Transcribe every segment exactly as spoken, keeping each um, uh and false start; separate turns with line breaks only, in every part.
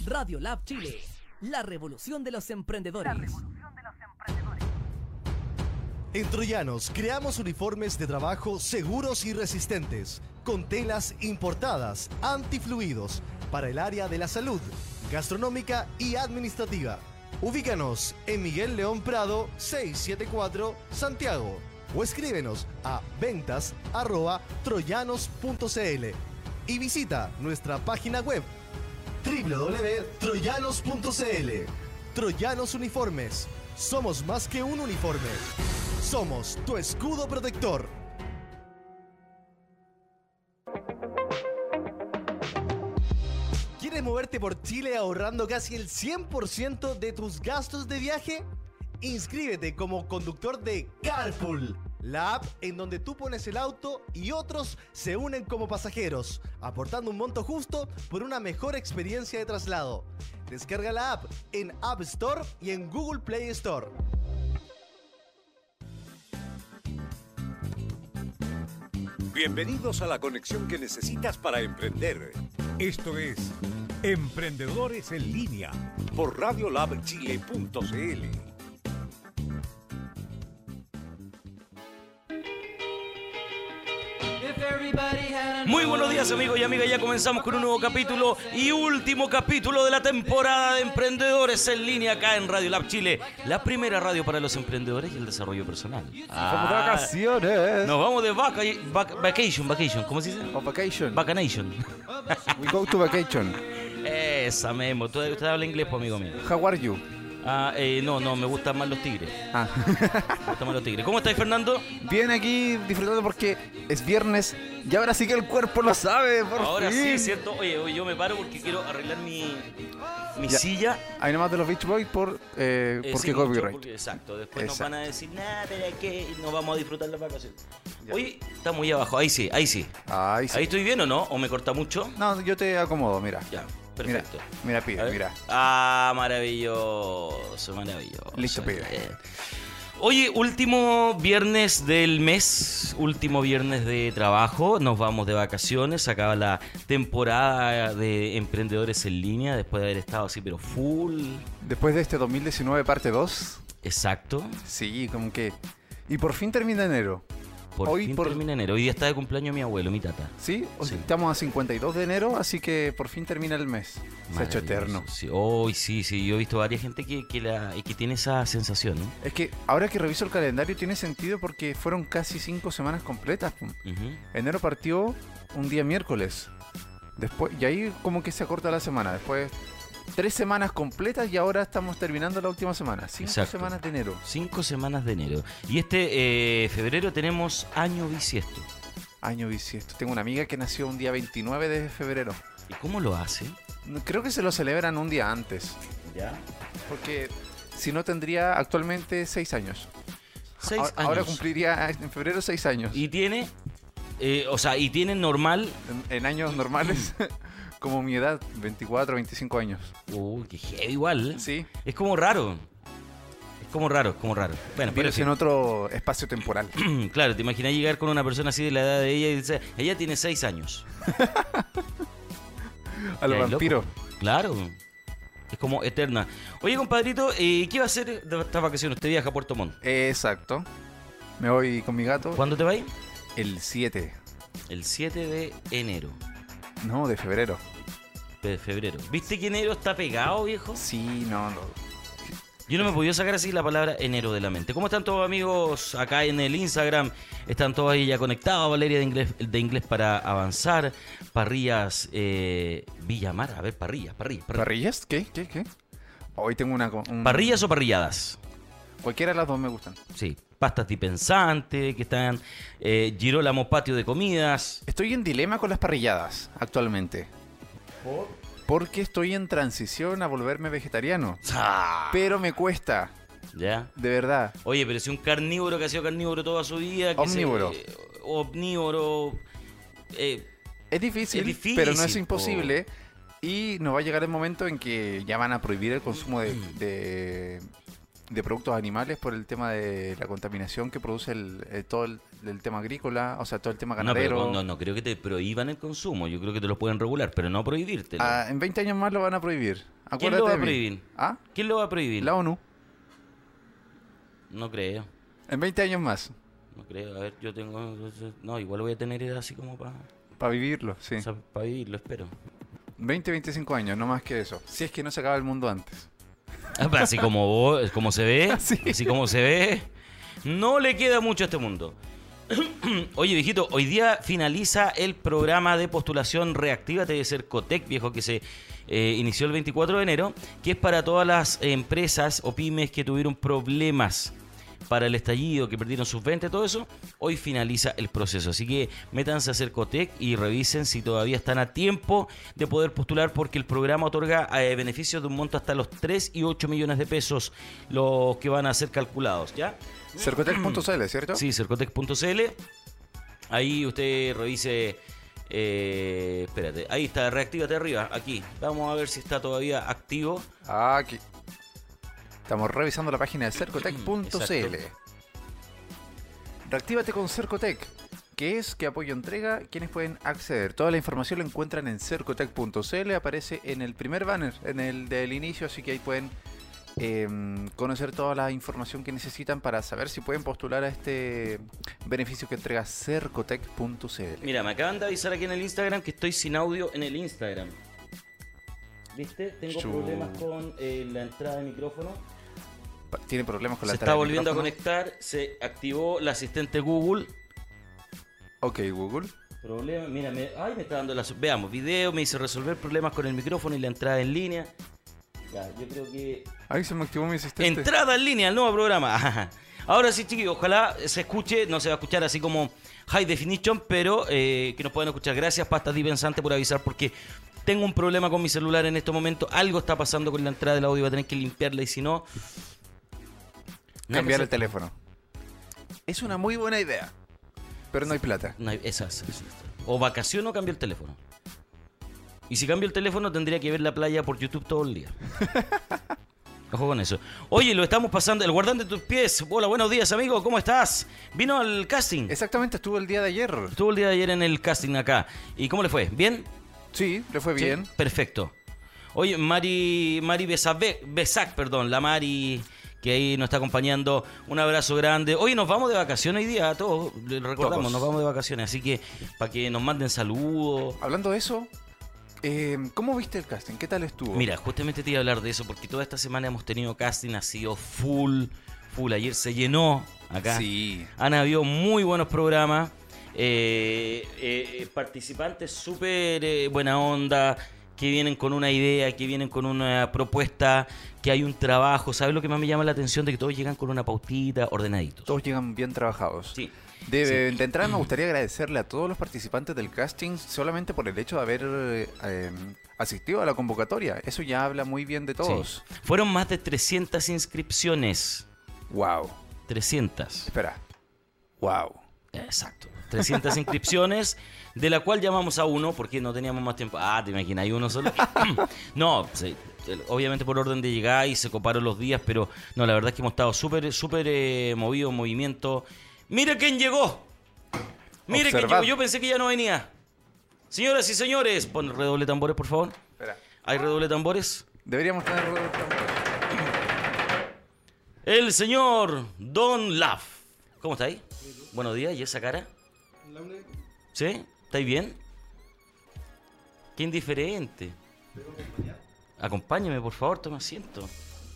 Radio Lab Chile, la revolución de los emprendedores. La revolución de los emprendedores.
En Troyanos creamos uniformes de trabajo seguros y resistentes, con telas importadas, antifluidos, para el área de la salud, gastronómica y administrativa. Ubícanos en Miguel León Prado seiscientos setenta y cuatro, Santiago, o escríbenos a ventas arroba troyanos punto cl y visita nuestra página web doble u doble u doble u punto troyanos punto cl. Troyanos Uniformes. Somos más que un uniforme. Somos tu escudo protector. ¿Quieres moverte por Chile ahorrando casi el cien por ciento de tus gastos de viaje? Inscríbete como conductor de Carpool, la app en donde tú pones el auto y otros se unen como pasajeros, aportando un monto justo por una mejor experiencia de traslado. Descarga la app en App Store y en Google Play Store.
Bienvenidos a la conexión que necesitas para emprender.
Esto es Emprendedores en Línea
por radio lab chile punto cl.
Muy buenos días, amigos y amigas, ya comenzamos con un nuevo capítulo y último capítulo de la temporada de Emprendedores en Línea acá en Radio Lab Chile, la primera radio para los emprendedores y el desarrollo personal.
Vamos de vacaciones.
Nos vamos de vaca, vac, vacation, vacation, ¿cómo se dice?
O vacation.
Vacanation.
We go to vacation.
Esa Memo, ¿Usted, usted habla inglés, pues, amigo mío?
How are you?
Ah, eh, no, no, me gustan más los tigres.
Ah.
Me gustan más los tigres. ¿Cómo estáis, Fernando?
Bien, aquí disfrutando porque es viernes y ahora sí que el cuerpo lo sabe, por
Ahora
fin.
sí, ¿cierto? Oye, oye, yo me paro porque quiero arreglar mi, mi
Ya.
silla.
Hay nomás de los Beach Boys por, eh,
Eh,
porque
sí, mucho,
copyright.
porque- exacto, después nos
Exacto.
van a decir, nada, pero que no vamos a disfrutar las vacaciones.
Ya.
Oye, está muy abajo, ahí sí, ahí sí.
Ay, sí.
¿Ahí estoy bien o no? ¿O me corta mucho?
No, yo te acomodo, mira.
Ya,
Mira,
perfecto.
mira,
A
pibe,
ver.
mira.
Ah, maravilloso, maravilloso.
Listo, pibe.
Eh. Oye, último viernes del mes, último viernes de trabajo, nos vamos de vacaciones, acaba la temporada de Emprendedores en Línea, después de haber estado así, pero full.
Después de este dos mil diecinueve parte dos,
Exacto,
sí, como que... Y por fin termina enero.
por
Hoy
fin
por-
termina enero, hoy día está de cumpleaños mi abuelo, mi tata.
Sí, o sea,
Sí.
estamos a cincuenta y dos de enero, así que por fin termina el mes. Se ha hecho
Maravilloso,
eterno.
Sí, hoy sí, sí, yo he visto varias gente que, que, la, que tiene esa sensación, ¿no?
Es que ahora que reviso el calendario tiene sentido porque fueron casi cinco semanas completas. pum.
Ujú.
Enero partió un día miércoles. Después, y ahí como que se acorta la semana. Después tres semanas completas y ahora estamos terminando la última semana. Cinco
Exacto.
semanas de enero.
Cinco semanas de enero. Y este eh, febrero tenemos año bisiesto.
Año bisiesto. Tengo una amiga que nació un día veintinueve de febrero.
¿Y cómo lo hace?
Creo que se lo celebran un día antes.
¿Ya?
Porque si no tendría actualmente seis años.
Seis
ahora,
años.
ahora cumpliría en febrero seis años.
Y tiene, eh, o sea, y tiene normal...
En, en años normales, como mi edad, veinticuatro, veinticinco años.
Uy, qué heavy igual. ¿eh?
Sí.
Es como raro. Es como raro, es como raro. Bueno, pero
Vives en otro espacio temporal.
claro, te imaginas llegar con una persona así de la edad de ella y dice, ella tiene seis años.
Al
Ya,
vampiro.
loco. Claro. Es como eterna. Oye, compadrito, eh, ¿qué va a hacer de estas vacaciones? Usted viaja a Puerto Montt.
Exacto. Me voy con mi gato
¿Cuándo te vas?
el siete.
El siete de enero.
No, de febrero.
De febrero. ¿Viste que enero está pegado, viejo?
Sí, no, no.
Yo no me podía sacar así la palabra enero de la mente. ¿Cómo están todos, amigos? Acá en el Instagram están todos ahí ya conectados. Valeria de Inglés, de Inglés para Avanzar. Parrillas eh, Villamar. A ver, parrillas, parrillas, parrillas.
¿Parrillas? ¿Qué? ¿Qué? ¿Qué? Hoy tengo una... co- un-
¿Parrillas o parrilladas?
Cualquiera de las dos me gustan.
Sí. Pastas Dipensante, que están... Eh, Girolamo Patio de Comidas.
Estoy en dilema con las parrilladas actualmente. Porque estoy en transición a volverme vegetariano.
¡Ah!
Pero me cuesta,
¿Ya?
de verdad.
Oye, pero si un carnívoro que ha sido carnívoro toda su vida... Que
Omnívoro.
Se, eh, omnívoro... eh,
Es difícil,
Es difícil,
pero no es
po.
imposible. Y nos va a llegar el momento en que ya van a prohibir el consumo de, de, de productos animales por el tema de la contaminación que produce el, el- todo el, el tema agrícola, o sea, todo el tema
no, pero
ganadero.
no, no creo que te prohíban el consumo. Yo creo que te lo pueden regular, pero no prohibírtelo.
Ah, en veinte años más lo van a prohibir. Acuérdate
¿Quién lo va
de
a
mí.
prohibir?
¿Ah?
¿Quién lo va a prohibir?
La ONU.
No creo.
En veinte años más.
No creo. A ver, yo tengo... No, igual voy a tener edad así como para...
Para vivirlo, sí.
O sea, para vivirlo, espero.
veinte, veinticinco años, no más que eso. Si es que no se acaba el mundo antes.
Ah, pero así como vos, como se ve,
Sí.
así como se ve, no le queda mucho a este mundo. Oye, viejito, hoy día finaliza el programa de postulación Reactívate de Cercotec, viejo, que se eh, inició el veinticuatro de enero, que es para todas las empresas o pymes que tuvieron problemas para el estallido, que perdieron sus ventas, todo eso. Hoy finaliza el proceso, así que métanse a Cercotec y revisen si todavía están a tiempo de poder postular, porque el programa otorga eh, beneficios de un monto hasta los tres y ocho millones de pesos, los que van a ser calculados, ¿ya?
Cercotec punto c l, ¿cierto?
Sí, cercotec punto c l. Ahí usted revise. Eh, espérate, ahí está, reactívate arriba, aquí. Vamos a ver si está todavía activo.
Aquí. Estamos revisando la página de cercotec punto c l. Reactívate con Cercotec. ¿Qué es? ¿Qué apoyo entrega? ¿Quiénes pueden acceder? Toda la información la encuentran en cercotec punto c l. Aparece en el primer banner, en el del inicio, así que ahí pueden eh, conocer toda la información que necesitan para saber si pueden postular a este beneficio que entrega cercotec punto c l.
Mira, me acaban de avisar aquí en el Instagram que estoy sin audio en el Instagram. ¿Viste? Tengo
Chu.
problemas con eh, la entrada de micrófono.
Pa- Tiene problemas con la
Se
entrada
está
del
volviendo a
micrófono.
conectar. Se activó la asistente Google.
Ok, Google.
Problema, mira, me, ay, me está dando la... Veamos, video, me dice resolver problemas con el micrófono y la entrada en línea. Ya, yo creo que...
Ahí se me activó mi asistente.
Entrada en línea al nuevo programa. Ahora sí, chiquillos, ojalá se escuche, no se va a escuchar así como high definition, pero eh, que nos puedan escuchar. Gracias, Pastas Dispensante, por avisar, porque tengo un problema con mi celular en este momento. Algo está pasando con la entrada del audio, voy a tener que limpiarla y si no... nada
Cambiar
que
el teléfono. Es una muy buena idea. Pero no hay plata.
No hay- esas, esas. O vacaciono o cambio el teléfono. Y si cambio el teléfono tendría que ver la playa por YouTube todo el día. Ojo con eso. Oye, lo estamos pasando. El guardán de tus pies. Hola, buenos días, amigo. ¿Cómo estás? ¿Vino al casting?
Exactamente, estuvo el día de ayer.
Estuvo el día de ayer en el casting acá. ¿Y cómo le fue? ¿Bien?
Sí, le fue
¿Sí?
bien.
Perfecto. Oye, Mari, Mari Besabe- Besac, perdón, la Mari que ahí nos está acompañando. Un abrazo grande. Oye, nos vamos de vacaciones hoy día, a todos. Les recordamos,
Todos.
nos vamos de vacaciones. Así que para que nos manden saludos.
Hablando de eso, eh, ¿cómo viste el casting? ¿Qué tal estuvo?
Mira, justamente te iba a hablar de eso porque toda esta semana hemos tenido casting, ha sido full, full. Ayer se llenó acá.
Sí.
Han habido muy buenos programas, eh, eh, participantes súper eh, buena onda, que vienen con una idea, que vienen con una propuesta, que hay un trabajo. ¿Sabes lo que más me llama la atención? De que todos llegan con una pautita, ordenaditos.
Todos llegan bien trabajados.
Sí.
De,
Sí.
de entrada me gustaría agradecerle a todos los participantes del casting solamente por el hecho de haber eh, eh, asistido a la convocatoria. Eso ya habla muy bien de todos.
Sí. Fueron más de trescientas inscripciones.
Wow.
trescientas.
Espera. Wow.
Exacto. trescientas inscripciones, de la cual llamamos a uno porque no teníamos más tiempo. Ah, te imaginas, hay uno solo. No, sí, obviamente por orden de llegada y se coparon los días, pero no, la verdad es que hemos estado súper, súper eh, movidos en movimiento. ¡Mire quién llegó! ¡Mire quién
Observad.
llegó! Yo pensé que ya no venía. Señoras y señores, pon el redoble de tambores, por favor.
Espera.
¿Hay redoble de tambores?
Deberíamos tener...
El señor Don Love. ¿Cómo está ahí? Buenos días, ¿y esa cara? ¿Sí? ¿Estáis bien? Qué indiferente. Acompáñame, por favor, toma asiento.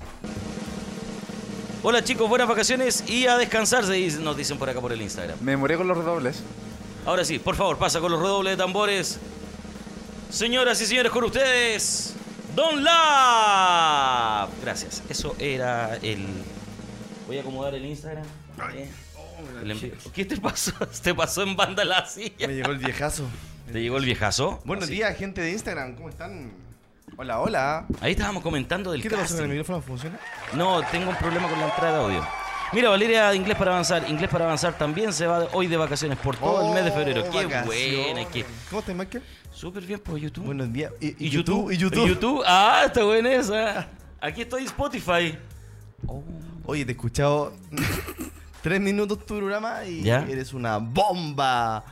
Hola chicos, buenas vacaciones y a descansar, se dice- nos dicen por acá por el Instagram.
Me demoré con los redobles.
Ahora sí, por favor, pasa con los redobles de tambores. Señoras y señores, con ustedes, Don Love. Gracias, eso era el... Voy a acomodar el Instagram. Eh, el envío. ¿Qué te pasó? ¿Te pasó en banda la silla?
Me llegó el viejazo.
¿Te llegó el viejazo?
Buenos
Así.
días, gente de Instagram. ¿Cómo están? Hola, hola.
Ahí estábamos comentando del
¿Qué te pasa
casting.
con el micrófono? ¿Funciona?
No, tengo un problema con la entrada de audio. Mira, Valeria de Inglés para Avanzar. Inglés para Avanzar también se va de- hoy de vacaciones por todo el mes de febrero. Qué
vacaciones.
buena, qué...
¿Cómo estás, Michael?
Súper bien por YouTube.
Buenos días. ¿Y,
¿Y YouTube?
¿Y YouTube?
¿Y YouTube? Ah, está buena esa. Aquí estoy en Spotify.
Oye, te he escuchado tres minutos tu programa y
¿Ya?
eres una bomba.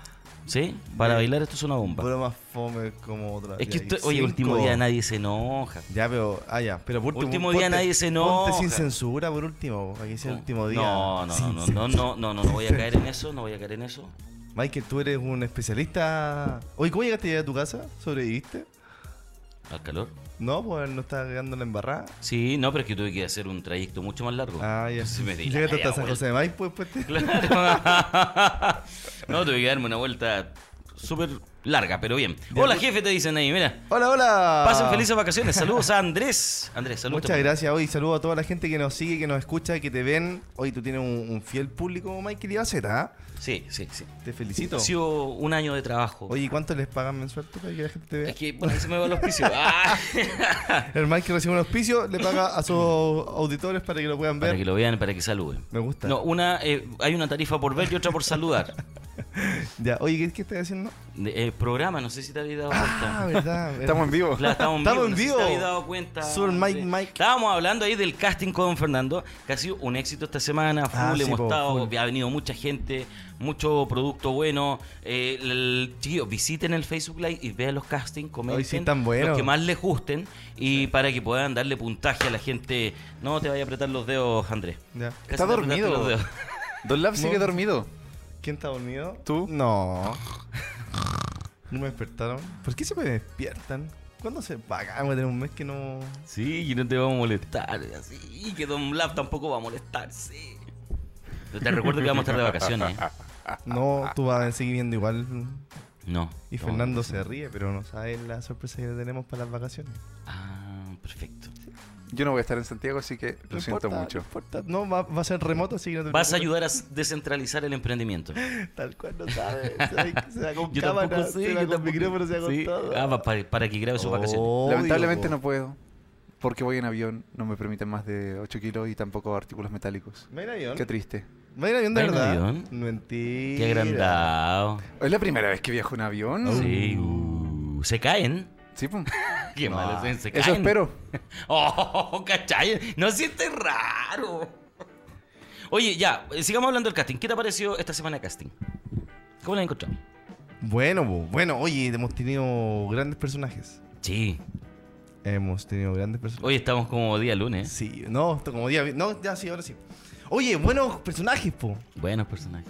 ¿Sí? Para bailar esto es una bomba.
Pero más fome como otra.
Es que,
Ya,
esto-
y
oye,
cinco.
último día nadie se enoja.
Ya, pero. Ah, ya. Pero por último.
Último día nadie se enoja.
Ponte sin censura por último. Aquí sea el último día.
No, no,
Sin
no, no, no, no, no, no voy a caer en eso, no voy a caer en eso.
Michael, tú eres un especialista. Oye, ¿cómo llegaste ya a tu casa? ¿Sobreviviste?
¿Al calor?
No, pues no estás quedando la embarrada.
Sí, no, pero es que tuve que hacer un trayecto mucho más largo.
Ah, ya.
Sí, me di la
Llegaste
media
hasta San José de Maipo después. Te...
Claro. No, tuve que darme una vuelta súper larga, pero bien. Hola, jefe, te dicen ahí, mira.
Hola, hola.
Pasen felices vacaciones. Saludos a Andrés. Andrés, saludos.
Muchas gracias. Hoy saludo a toda la gente que nos sigue, que nos escucha, que te ven. Hoy tú tienes un, un fiel público, Michael Ibaceta. ¿Ah?
Sí, sí, sí.
Te felicito.
Ha sido un año de trabajo.
Oye, ¿y ¿cuánto les pagan mensual tú para que la gente te vea?
Es que, bueno, ahí se me va el auspicio. Ah.
El Michael recibe un auspicio, le paga a sus auditores para que lo puedan ver.
Para que lo vean, para que saluden.
Me gusta.
No, una, eh, hay una tarifa por ver y otra por saludar.
Ya, oye, ¿qué, qué estás haciendo?
De- eh, programa, no sé si te habías dado cuenta.
Ah, verdad.
Estamos en vivo.
Claro, estamos en
Estamos
vivo.
en
no sé si
vivo.
te habías dado cuenta.
Sur Mike,
Sí.
Mike.
Estábamos hablando ahí del casting con don Fernando, que ha sido un éxito esta semana. Full,
Ah, sí,
hemos
po,
estado,
full.
ha venido mucha gente, mucho producto bueno. Eh, el, el- chiquillos, visiten el Facebook Live y vean los castings, comenten
Hoy sí están buenos.
los que más les gusten y para que puedan darle puntaje a la gente. No te vaya a apretar los dedos, Andrés.
Ya.
Casi
Está
te apretaste
dormido.
los dedos.
Don Lab sigue
No.
dormido.
¿Quién está dormido?
¿Tú?
No. ¿No me despertaron? ¿Por qué se me despiertan? ¿Cuándo se paga? Vamos a tener un mes que no...
Sí, y no te vamos a molestar. Así que Don Lab tampoco va a molestarse. Te recuerdo que vamos a estar de vacaciones. ¿eh?
No, tú vas a seguir viendo igual.
No.
Y
no,
Fernando
no.
se ríe, pero no sabes la sorpresa que tenemos para las vacaciones.
Ah, perfecto.
Yo no voy a estar en Santiago, así que lo
No
siento
importa,
mucho.
No, importa. No, va, va a ser remoto, así que no te
Vas a
preocupes.
ayudar a s- descentralizar el emprendimiento.
Tal cual no sabe. Se va- se va con
Yo
cámara,
tampoco sé.
se va
yo
con
tampoco-
micrófono, se va con
Sí.
todo.
Ah, pa- para, para que grabe sus vacaciones.
Obvio,
Lamentablemente
po.
no puedo. Porque voy en avión, no me permiten más de ocho kilos y tampoco artículos metálicos.
¿Va en avión?
Qué triste.
¿Va en avión de
¿Va en
verdad?
avión?
Mentira.
Qué agrandado.
Es la primera vez que viajo en avión.
Sí. uh, se caen.
Sí, pues.
Qué
No,
malo, se, se caen.
Eso espero.
Oh, ¿cachai? No sientes raro. Oye, ya, eh, sigamos hablando del casting. ¿Qué te pareció esta semana de casting? ¿Cómo la has encontrado?
Bueno, po. bueno, oye, hemos tenido grandes personajes.
Sí.
Hemos tenido grandes personajes.
Hoy estamos como día lunes.
Sí, no, esto como día. No, ya sí, ahora sí. Oye, buenos personajes, po.
Buenos personajes.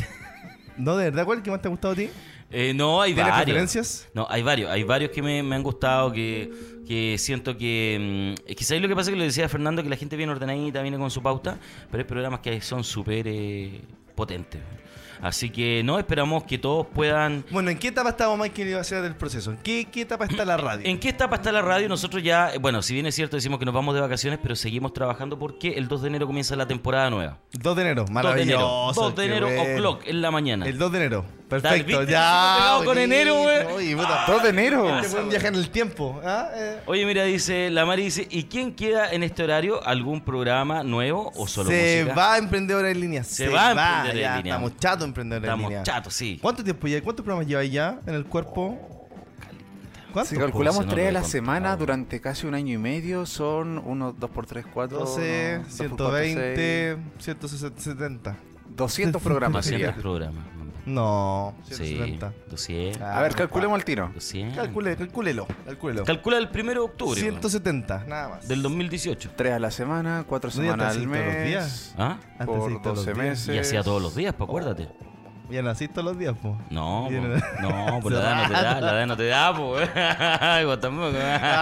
No, de verdad, ¿cuál es el que más te ha gustado a ti?
Eh, no, hay
¿Tienes
varios.
preferencias?
No, hay varios. Hay varios que me, me han gustado, que, que siento que... mm, Es que ¿sabes lo que pasa? Que lo decía Fernando, que la gente viene ordenadita, viene con su pauta, pero hay programas que son súper eh, potentes. Así que no, esperamos que todos puedan...
Bueno, ¿en qué etapa estamos, Michael, iba a ser del proceso? ¿En qué, qué etapa está la radio?
¿En qué etapa está la radio? Nosotros ya, eh, bueno, si bien es cierto, decimos que nos vamos de vacaciones, pero seguimos trabajando porque el dos de enero comienza la temporada nueva.
dos de enero,
dos de
maravilloso.
enero, dos de
qué
enero,
bueno.
o'clock en la mañana.
El dos de enero,
Tal,
perfecto,
¿viste?
ya.
Pegado con
buenísimo.
enero, güey.
Oye, puta,
dos de enero.
Este buen viaje en el tiempo. ¿Ah? Eh.
Oye, mira, dice, la Mari dice, ¿y quién queda en este horario? ¿Algún programa nuevo o solo
Se
música?
va a Emprendedora en Línea.
Se va a Emprendedora
ya,
en Línea.
Estamos chatos Emprendedora en
Estamos
Línea.
chatos, sí.
¿Cuánto tiempo ya? ¿Cuántos programas lleváis ya en el cuerpo? ¿Cuántos?
Si calculamos
Pues, no
tres
lo
a
he
la
contado.
semana durante casi un año y medio, son unos dos por tres, cuatro.
doce,
no, dos por
ciento
cuatro,
veinte, ciento setenta.
seis. doscientos programas
doscientos
sería.
programas.
No,
Sí,
ciento setenta.
doscientos.
Ah,
A ver, calculemos al tiro.
doscientos.
Calcule, calcúlelo, calcúlelo.
Calcula el primero de octubre.
ciento setenta, nada más.
Del dos mil dieciocho.
Tres a la semana, cuatro
No, ya
semanas
te
al
hacís todos los
mes.
días.
¿Ah?
Antes
Por
sí, todos los
doce
días.
meses.
Y hacía todos los días, pues acuérdate.
Ya nací todos los días, po.
No,
Viene-
po, no, pues la edad no te da, la edad no te da, pues. Ay, vos tampoco.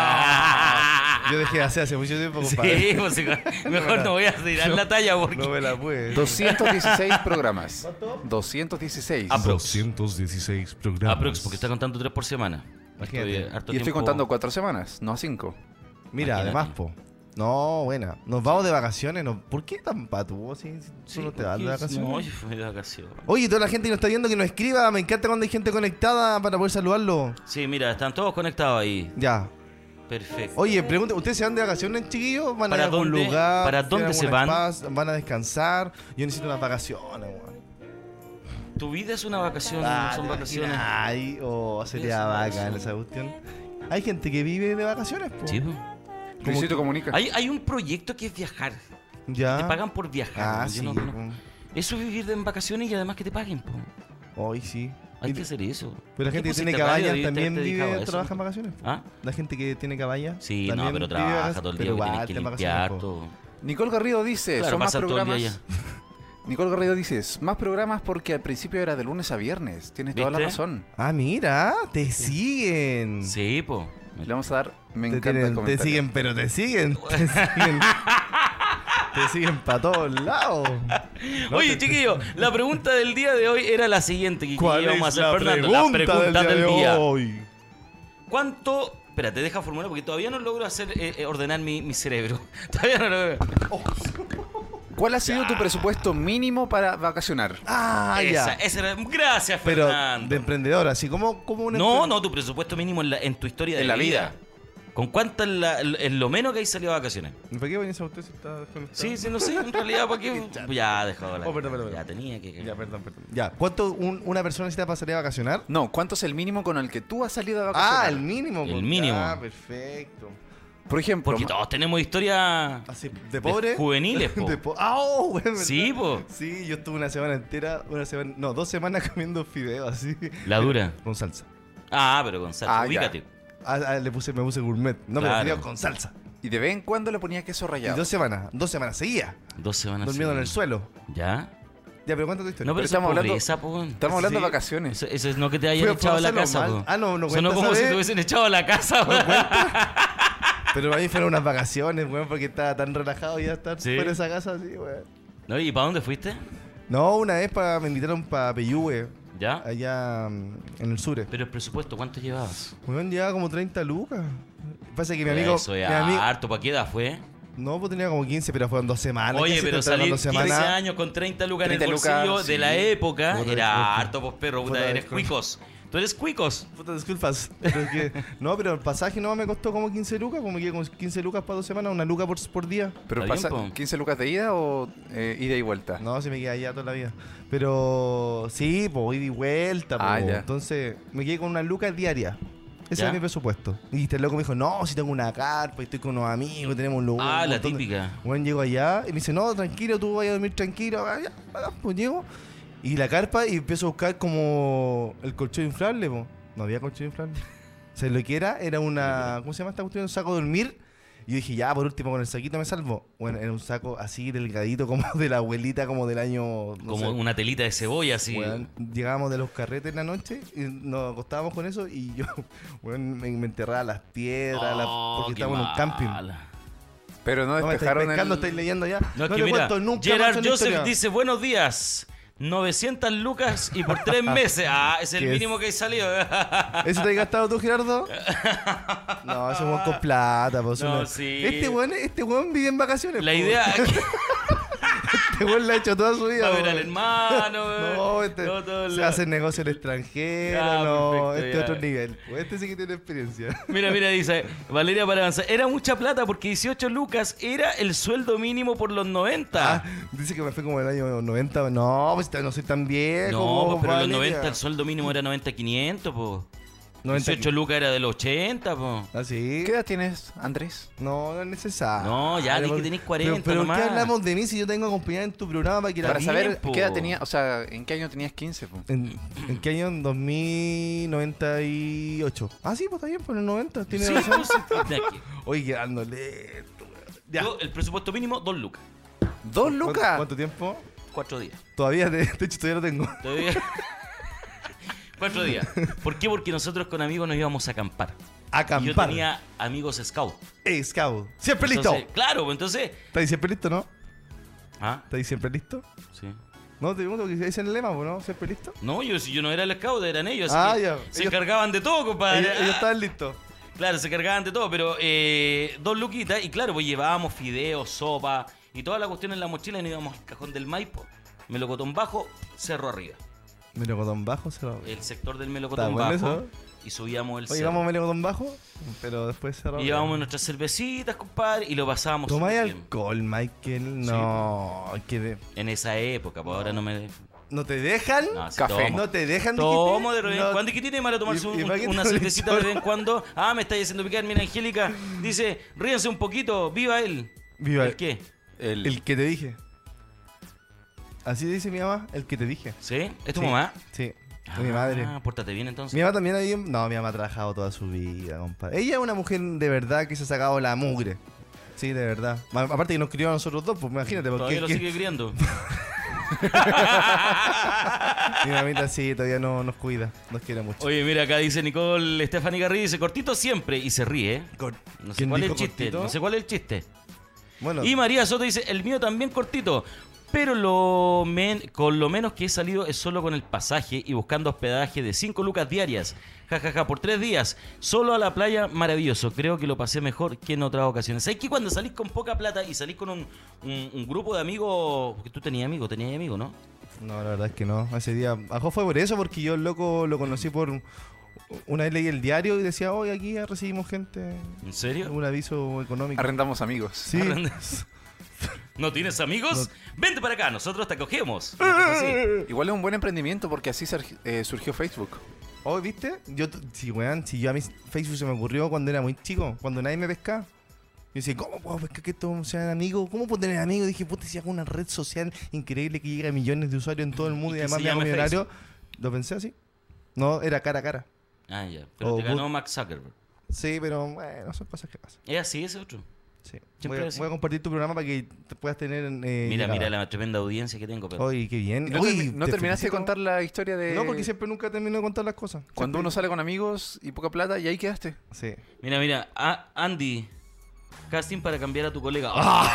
Yo dejé de hacer hace mucho tiempo,
Sí,
compadre.
pues, mejor no voy a tirar la talla porque...
No me la pude.
doscientos dieciséis programas. doscientos dieciséis.
Aprox.
doscientos dieciséis programas.
Aprox, porque está contando tres por semana.
Imagínate.
Estoy harto
Y estoy
tiempo-
contando cuatro semanas, no cinco.
Mira,
Imagínate.
además, po. No, buena. Nos vamos de vacaciones. ¿No? ¿Por qué tan patudo si si tú
Sí,
no te vas de
porque-
vacaciones?
No, yo fui de vacaciones.
Oye, toda la gente que nos está viendo que nos escriba. Me encanta cuando hay gente conectada para poder saludarlo.
Sí, mira, están todos conectados ahí.
Ya.
Perfecto.
Oye, pregunta, ¿ustedes se van de vacaciones, chiquillos? ¿Van a ir
¿Para
a algún
dónde-
lugar?
para
¿Tienen
dónde se
algún
van?
espacio? ¿Van a descansar? Yo necesito unas vacaciones, weón.
Tu vida es una vacación,
Ah,
son
¿te
vacaciones.
imaginas? Ay, oh, sería
Eso,
bacán
eso.
esa cuestión. Hay gente que vive de vacaciones, po.
Sí, po.
Luisito Comunica.
Hay, hay un proyecto que es viajar.
Ya.
Te pagan por viajar.
Ah,
¿no? Yo
sí.
no- no- Eso es vivir en vacaciones y además que te paguen. Po.
Hoy sí.
Hay que hacer eso.
Pero la gente
¿Qué
que tiene
pusiste radio?
cabañas
Debiste
también
haberte dedicado a
vive,
eso.
trabaja en vacaciones.
¿Ah?
La gente que tiene cabaña.
Sí,
también
no, pero
vive
trabaja
vacaciones,
todo el día,
pero
porque
igual
tienes que
está en
limpiar
vacaciones, po.
todo.
Nicole Garrido dice,
Claro,
son más
pasan todo el día
programas. Nicole Garrido dice, más programas porque al principio era de lunes a viernes. Tienes toda la
¿Viste?
razón.
Ah, mira, te siguen.
Sí, po.
Le vamos a dar, me
Te,
encanta el
tienen- te
comentario.
siguen, pero te siguen. Te siguen. Te siguen para todos lados. No,
Oye,
te-
chiquillo, la pregunta del día de hoy era la siguiente. Que
¿Cuál
íbamos a
es
hacer,
la
Fernando.
pregunta,
Las preguntas
del día de
día.
hoy?
¿Cuánto... Espérate, deja formular porque todavía no logro hacer eh, eh, ordenar mi, mi cerebro. Todavía no logro.
¿Cuál ha sido tu presupuesto mínimo para vacacionar?
Ah,
Esa,
ya.
esa era... Gracias,
Pero
Fernando.
de emprendedor, así como, como un
No,
empre-
no, tu presupuesto mínimo en, la- en tu historia de
En la vida.
¿Con cuánto es, la- es lo menos que hay salido de vacaciones?
¿Para qué venís a usted si está desconectado?
Sí, sí, no sé, en realidad, ¿para qué? Ya, dejado la...
Oh, perdón, perdón,
Ya
perdón.
tenía que...
Ya, perdón, perdón. Ya, ¿cuánto un- una persona necesita para salir a vacacionar?
No, ¿cuánto es el mínimo con el que tú has salido de vacacionar?
Ah, el mínimo.
El
pues.
mínimo.
Ah, perfecto.
Por ejemplo,
Porque todos tenemos historia...
Así, de pobre.
juveniles, po.
De po- ah, oh, güey, ¿verdad?
Sí, po.
Sí, yo estuve una semana entera, una semana, no, dos semanas comiendo fideos así.
La dura.
Con salsa.
Ah, pero con salsa,
Ah, ya.
ubícate.
Ah, ah, le puse, me puse gourmet. No,
Claro.
pero fideos con salsa.
y de vez en cuando le ponía queso
Y
rallado.
dos semanas, dos semanas seguía,
Dos semanas.
durmiendo en el
seguidas.
suelo.
¿Ya?
Ya, pero cuéntate tu historia.
No, pero,
Pero
eso
estamos
es
hablando-
pobreza, po.
Estamos hablando
Sí.
de vacaciones.
Eso, eso es no que te hayan
Fue-
echado a la
fue
casa,
normal.
po.
Ah, no, no
Sonó
cuenta
como
esa
si
vez.
te hubiesen echado a la casa, po.
Pero a mí fueron unas vacaciones, weón, porque estaba tan relajado ya estar
Sí.
fuera de esa casa así, weón.
¿No? ¿Y para dónde fuiste?
No, una vez pa, me invitaron para Peyúgue,
¿Ya?
allá mm, en el sur.
Pero el presupuesto, ¿cuánto llevabas?
Weón, llevaba como treinta lucas. Pasa que mi amigo.
Eso es
mi amigo
harto. ¿Para qué edad fue?
no, pues tenía como quince, pero fueron dos semanas.
Oye,
¿Qué
pero
hacía
salir
dos
quince
semanas?
años con treinta lucas en el
treinta lucas,
bolsillo de
sí.
la época
Puta,
era
disculpa.
harto, pues perro, puta,
Puta,
eres
disculpa.
cuicos. Tú eres cuicos.
Puta, disculpas. Pero es que, no, pero el pasaje no me costó como quince lucas, como me quedé con quince lucas para dos semanas, una luca por, por día.
¿Pero
Está
pasa
bien, po.
quince lucas de ida o eh, ida y vuelta?
No, se me quedé allá toda la vida. Pero sí, pues ida y vuelta, po.
Ah, ya.
Entonces me quedé con una luca diaria. Ese
¿Ya?
es mi presupuesto. Y este loco me dijo, no, si tengo una carpa, y estoy con unos amigos, tenemos un lugar.
Ah,
un
la
montón de-".
típica.
Bueno, llego allá y me dice, no, tranquilo, tú vayas a dormir tranquilo. Ah, ya, ah, pues llego. Y la carpa y empiezo a buscar como el colchón inflable, po. No había colchón inflable. O sea, lo que era, era una, ¿cómo se llama esta cuestión? Un saco de dormir. Y yo dije, ya, por último, con el saquito me salvo. Bueno, era un saco así delgadito, como de la abuelita, como del año... no
Como
sé.
una telita de cebolla, así.
Weón, llegábamos de los carretes en la noche y nos acostábamos con eso y yo weón, me, me enterraba las piedras, la-
Oh,
porque
qué
estábamos en un camping.
mala.
Pero no
No, me estáis
despejaron
pescando,
el...
estáis leyendo ya.
No, es
No
que
te
mira,
cuento nunca más
Gerard
una
Joseph
historia.
dice, buenos días, novecientas lucas y por tres meses. Ah, es el
¿Qué es?
mínimo que hay salido.
¿Ese te has gastado tú, Gerardo? No, ese weón con plata. Pues,
No,
una-
sí.
Este weón este weón vive en vacaciones.
La
po.
idea es que
Este weón la ha hecho toda su vida.
va a ver
po.
al hermano.
No, este
no, todo
se
lo-
hace negocio en el extranjero.
Ya,
no,
perfecto,
este
ya.
otro nivel. Pues este sí que tiene experiencia.
Mira, mira, dice Valeria para avanzar. Era mucha plata porque dieciocho lucas era el sueldo mínimo por los noventa.
Ah, dice que me fue como el año noventa. No, pues no soy tan viejo.
no, pues, pero en los
Valeria.
noventa el sueldo mínimo era noventa quinientos, po.
noventa.
dieciocho lucas era del ochenta, po.
¿Ah, sí?
¿Qué edad tienes, Andrés?
No, no es necesario.
No, ya, di
Pero-
que tenés cuarenta
Pero, pero
nomás.
¿qué hablamos de mí si yo tengo acompañada en tu programa para que la
Para
bien,
saber
po.
qué edad tenía, o sea, ¿en qué año tenías quince? Po?
¿En, ¿En qué año? En dos mil noventa y ocho. Ah, sí, pues está bien, pues en el noventa. Tiene
Sí,
razón.
pues, de aquí.
Oye, quedando lento, weón. Ya.
Yo, el presupuesto mínimo, dos lucas.
¿Dos
¿Cuánto,
lucas?
cuánto tiempo?
Cuatro días.
Todavía, de, de hecho, todavía lo tengo.
Todavía. Cuatro días. ¿Por qué? Porque nosotros con amigos nos íbamos a acampar.
Acampar.
Y yo tenía amigos scout.
Ey, Scout. Siempre listo.
Entonces, claro, pues entonces.
¿Estáis siempre listo, no?
Ah,
¿Estáis siempre listo?
sí.
No, te pregunto que dicen el lema, ¿no? ¿Siempre listo?
No, yo si yo no era el scout, eran ellos. así
Ah,
que
ya.
Se
Ellos-
encargaban de todo, compadre.
Ellos, ellos
Ah,
estaban listos.
Claro, se encargaban de todo, pero eh, dos luquitas. Y claro, pues llevábamos fideos, sopa y toda la cuestión en la mochila y nos íbamos al cajón del Maipo. Melocotón bajo, cerro arriba.
Melocotón bajo, se lo...
El sector del
Está
melocotón
bueno
bajo.
eso.
Y subíamos el
Oye,
cerro.
vamos a melocotón bajo, pero después cerramos.
Y llevábamos nuestras cervecitas, compadre, y lo pasábamos
¿Tomáis
súper bien.
alcohol, Michael? No, que de-
En esa época, pues ahora no me...
¿No te dejan?
No, sí,
Café.
tomo.
¿No te dejan?
Tomo de
dijiste?
vez en
No.
cuando. ¿Y qué tiene malo tomarse
¿Y-
un-
y para qué
una
te lo
cervecita de
echó?
vez en cuando? Ah, me estáis haciendo picar. Mira, Angélica dice, ríanse un poquito, viva él.
Viva
¿El qué?
El,
El que te dije. Así dice mi mamá, el que te dije.
¿Sí? ¿Es tu
Sí,
mamá?
Sí. de mi madre.
Ah, pórtate bien entonces.
Mi mamá también ha vivido- No, mi mamá ha trabajado toda su vida, compadre. Ella es una mujer de verdad que se ha sacado la mugre. Sí, de verdad. A- Aparte que nos crió a nosotros dos, pues imagínate. Porque
Todavía lo
que-
sigue criando.
mi mamita sí, todavía no nos cuida. Nos quiere mucho.
Oye, mira, acá dice Nicole Stephanie Garrido, dice cortito siempre y se ríe. ¿eh?
Cor-
No sé
¿Quién
cuál es el
dijo
chiste.
cortito?
No sé cuál es el chiste.
Bueno,
Y María Soto dice, el mío también cortito. Pero lo men- con lo menos que he salido es solo con el pasaje y buscando hospedaje de cinco lucas diarias. Ja, ja, ja, por tres días. Solo a la playa, maravilloso. Creo que lo pasé mejor que en otras ocasiones. ¿Sabes que cuando salís con poca plata y salís con un, un- un grupo de amigos... Porque tú tenías amigos, tenías amigos, ¿no?
no, la verdad es que no. Ese día, ajo fue por eso, porque yo el loco lo conocí por... Una vez leí el diario y decía, hoy aquí ya recibimos gente.
¿En serio?
Un aviso económico.
Arrendamos amigos.
Sí.
¿No tienes amigos? Vente para acá, nosotros te acogemos. Una cosa así.
Igual es un buen emprendimiento porque así surgi- eh, surgió Facebook.
Hoy, ¿viste? Yo, t- sí, weón, si yo a mí Facebook se me ocurrió cuando era muy chico, cuando nadie me pescaba. Yo decía, ¿cómo puedo pescar que todos sean amigos? ¿Cómo puedo tener amigos? Dije, puta, si hago una red social increíble que llega a millones de usuarios en todo el mundo
Y
y
que
además
se
me hago
llame
millonario. Lo pensé así. No, era cara a cara.
Ah, ya. Pero
Oh,
te ganó
good.
Mark Zuckerberg.
Sí, pero bueno, son cosas que pasan.
¿Es así ese otro?
Sí.
Siempre
Voy a,
así.
voy a compartir tu programa para que te puedas tener. Eh,
Mira,
llegada.
mira la tremenda audiencia que tengo. Pero...
Oye, qué bien.
¿No,
Oye,
termi- no
te
terminaste de
felicito.
contar la historia de
No, porque siempre nunca termino de contar las cosas.
cuando
Siempre-
uno sale con amigos y poca plata y ahí quedaste?
Sí.
Mira, mira. Ah, Andy. Casting para cambiar a tu colega.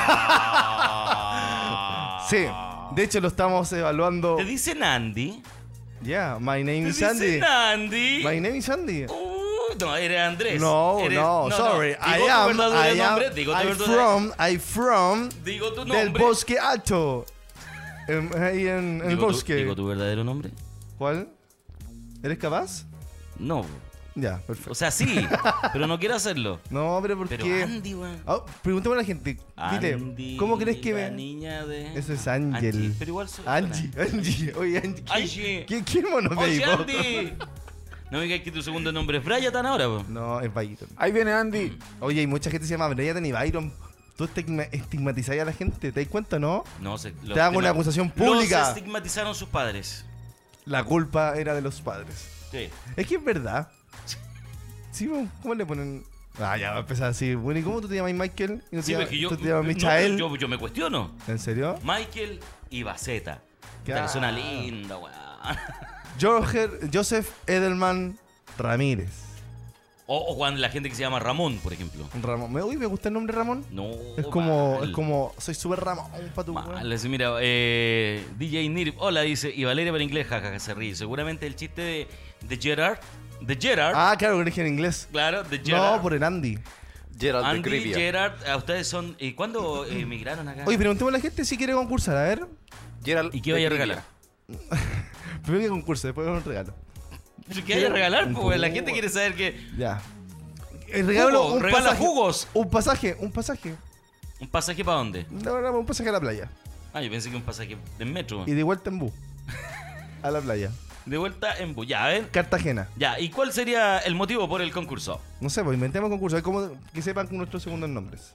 Ah.
Sí. De hecho, lo estamos evaluando.
¿Te dicen Andy?
Yeah, my name
¿Te
is Andy.
dicen Andy?
My name is Andy.
Uh, no, eres Andrés.
No,
Eres-
no, sorry.
Digo
I
tu
am,
verdadero
I am,
nombre. Digo tu
I
verdadero-
from, I from
Digo tu
del
nombre.
Bosque Alto. En- ahí en, en el
Digo tu-
bosque.
digo tu verdadero nombre.
¿Cuál? ¿Eres capaz?
No.
Ya, perfecto.
O sea, sí, pero no quiero hacerlo.
No, pero ¿por
Pero
qué?
Andy, weón.
Oh, preguntémosle a la gente. Dile,
Andy,
¿cómo crees que
la
me...?
niña de...
Eso es Ángel.
Angie, pero igual soy...
Angie, Angie. Oye, Angie. ¿Qué,
Angie.
¿Qué, qué mono me
¡Oye,
dijo?
Andy! No me digas que tu segundo nombre es Brian ahora, po.
No, es Byron.
Ahí viene Andy.
Oye, hay mucha gente que se llama Brian y Byron. Tú estigma- estigmatizás a la gente, ¿te das cuenta, no?
No sé.
Te hago una acusación pública.
Los estigmatizaron sus padres.
La culpa era de los padres.
Sí.
Es que es verdad. Sí, po, ¿cómo le ponen...? Ah, ya va a empezar así. Bueno, ¿y cómo tú te llamas Michael? ¿Y no te
Sí,
llamas-
porque yo...
¿Tú te llamas
no,
Michael?
yo, yo me cuestiono.
¿En serio?
Michael y Baceta.
Claro.
Puta, que suena linda, weón.
Jorge, Joseph Edelman Ramírez.
O, o cuando la gente que se llama Ramón, por ejemplo.
Ramón. Me, uy, me gusta el nombre Ramón.
No,
Es como,
mal.
es como, soy súper Ramón para tu
Mal.
weón.
Dice, mira, eh, D J Nir, hola, dice, y Valeria para inglés, jajaja, se ríe. Seguramente el chiste de, de Gerard, de Gerard,
Ah, claro, que lo dije en inglés.
claro, de Gerard.
No, por el Andy.
Gerald de
Andy,
Cribia.
Gerard, ¿a ustedes son, ¿y cuándo eh, emigraron acá?
Oye, preguntémosle a la gente si quiere concursar. A ver.
Gerald
¿Y qué
de
vaya a
Cribia.
regalar?
Primero que concurse, después un regalo.
¿Qué vaya a regalar?
Un
Pues la
jugo.
gente quiere saber que...
Ya. El regalo,
Jugo,
un
regala
pasaje.
jugos.
Un pasaje, un pasaje.
¿Un pasaje para dónde?
No, no, un pasaje a la playa.
Ah, yo pensé que un pasaje de metro.
Y de vuelta en bus. A la playa.
De vuelta en Bu- Ya, a ver.
Cartagena.
Ya, ¿y cuál sería el motivo por el concurso?
No sé, pues inventemos concurso. Es como que sepan con nuestros segundos nombres.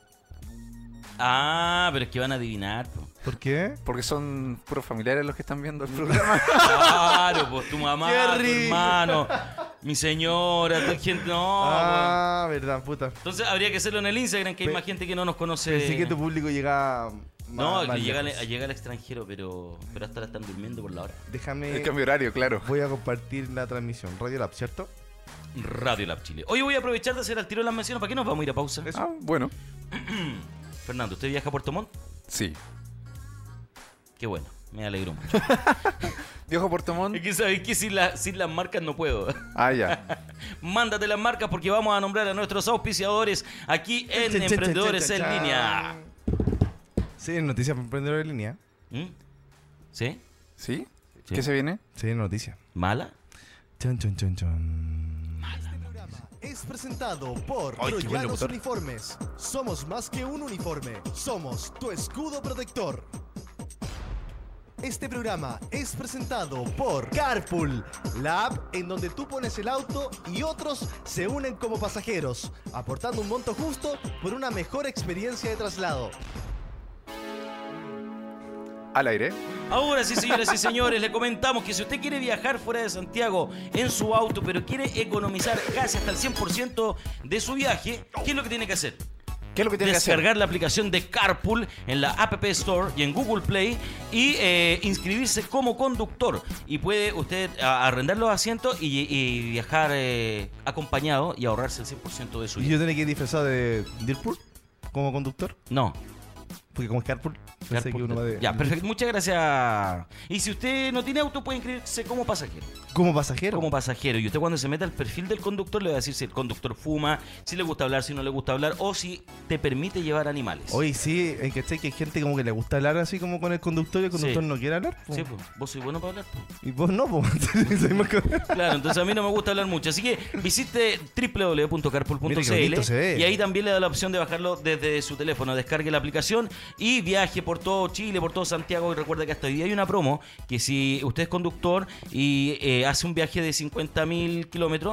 Ah, pero es que van a adivinar, po.
¿Por qué?
Porque son puros familiares los que están viendo el programa.
Claro, pues tu mamá,
Qué
tu
rico.
hermano, mi señora, tu gente. No,
ah, verdad, puta.
po. Entonces habría que hacerlo en el Instagram, que hay
Pe-
más gente que no nos conoce.
Pensé que tu público llega
No,
más,
que
más
llega,
lejos.
al- llega al extranjero, pero, pero hasta ahora están durmiendo por la hora.
Déjame.
El cambio horario, claro.
Voy a compartir la transmisión. Radio Lab, ¿cierto?
Radio Lab Chile. Hoy voy a aprovechar de hacer al tiro las menciones. ¿Para qué nos vamos a ir a pausa?
Eso.
Ah, bueno.
Fernando, ¿usted viaja a Puerto Montt?
Sí.
Qué bueno, me alegro mucho.
Viajo a Puerto Montt.
Es que sabéis que sin, la- sin las marcas no puedo.
Ah, ya.
Mándate las marcas porque vamos a nombrar a nuestros auspiciadores aquí en
Chan, chan,
Emprendedores
chan,
en
chan,
Línea.
Sí, noticias para emprendedores en línea.
¿Mm? ¿Sí?
¿Sí?
Sí.
¿Qué se viene?
Sí, noticia.
¿Mala?
Chon, chon, chon, chon.
Es presentado por
Ay, qué buen
Troyanos
locutor.
Uniformes. Somos más que un uniforme, somos tu escudo protector. Este programa es presentado por Carpool, la app en donde tú pones el auto y otros se unen como pasajeros, aportando un monto justo por una mejor experiencia de traslado.
Al aire.
Ahora sí, señoras y señores, le comentamos que si usted quiere viajar fuera de Santiago en su auto, pero quiere economizar casi hasta el cien por ciento de su viaje, ¿qué es lo que tiene que hacer?
¿Qué es lo que tiene que hacer?
Descargar la aplicación de Carpool en la App Store y en Google Play y eh, inscribirse como conductor. Y puede usted a, arrendar los asientos y, y viajar eh, acompañado y ahorrarse el cien por ciento de su
¿Y
viaje.
yo tenía que ir disfrazado de Deadpool como conductor?
No.
Porque como es Carpool, pensé que uno va de...
Ya, perfecto. Muchas gracias. Y si usted no tiene auto, puede inscribirse como pasajero.
Como pasajero.
Como pasajero. Y usted cuando se meta al perfil del conductor le va a decir si el conductor fuma, si le gusta hablar, si no le gusta hablar, o si te permite llevar animales.
Oye, sí, hay que que hay gente como que le gusta hablar así como con el conductor y el conductor
Sí.
no quiere hablar. Po.
Sí, pues, vos sois bueno para hablar. po.
Y vos no, pues.
Claro, entonces a mí no me gusta hablar mucho. Así que visite doble u doble u doble u punto carpool punto
Mira qué
c
bonito se ve.
l y ahí también le da la opción de bajarlo desde su teléfono. Descargue la aplicación y viaje por todo Chile, por todo Santiago. Y recuerda que hasta hoy día hay una promo que si usted es conductor y eh, hace un viaje de cincuenta mil kilómetros,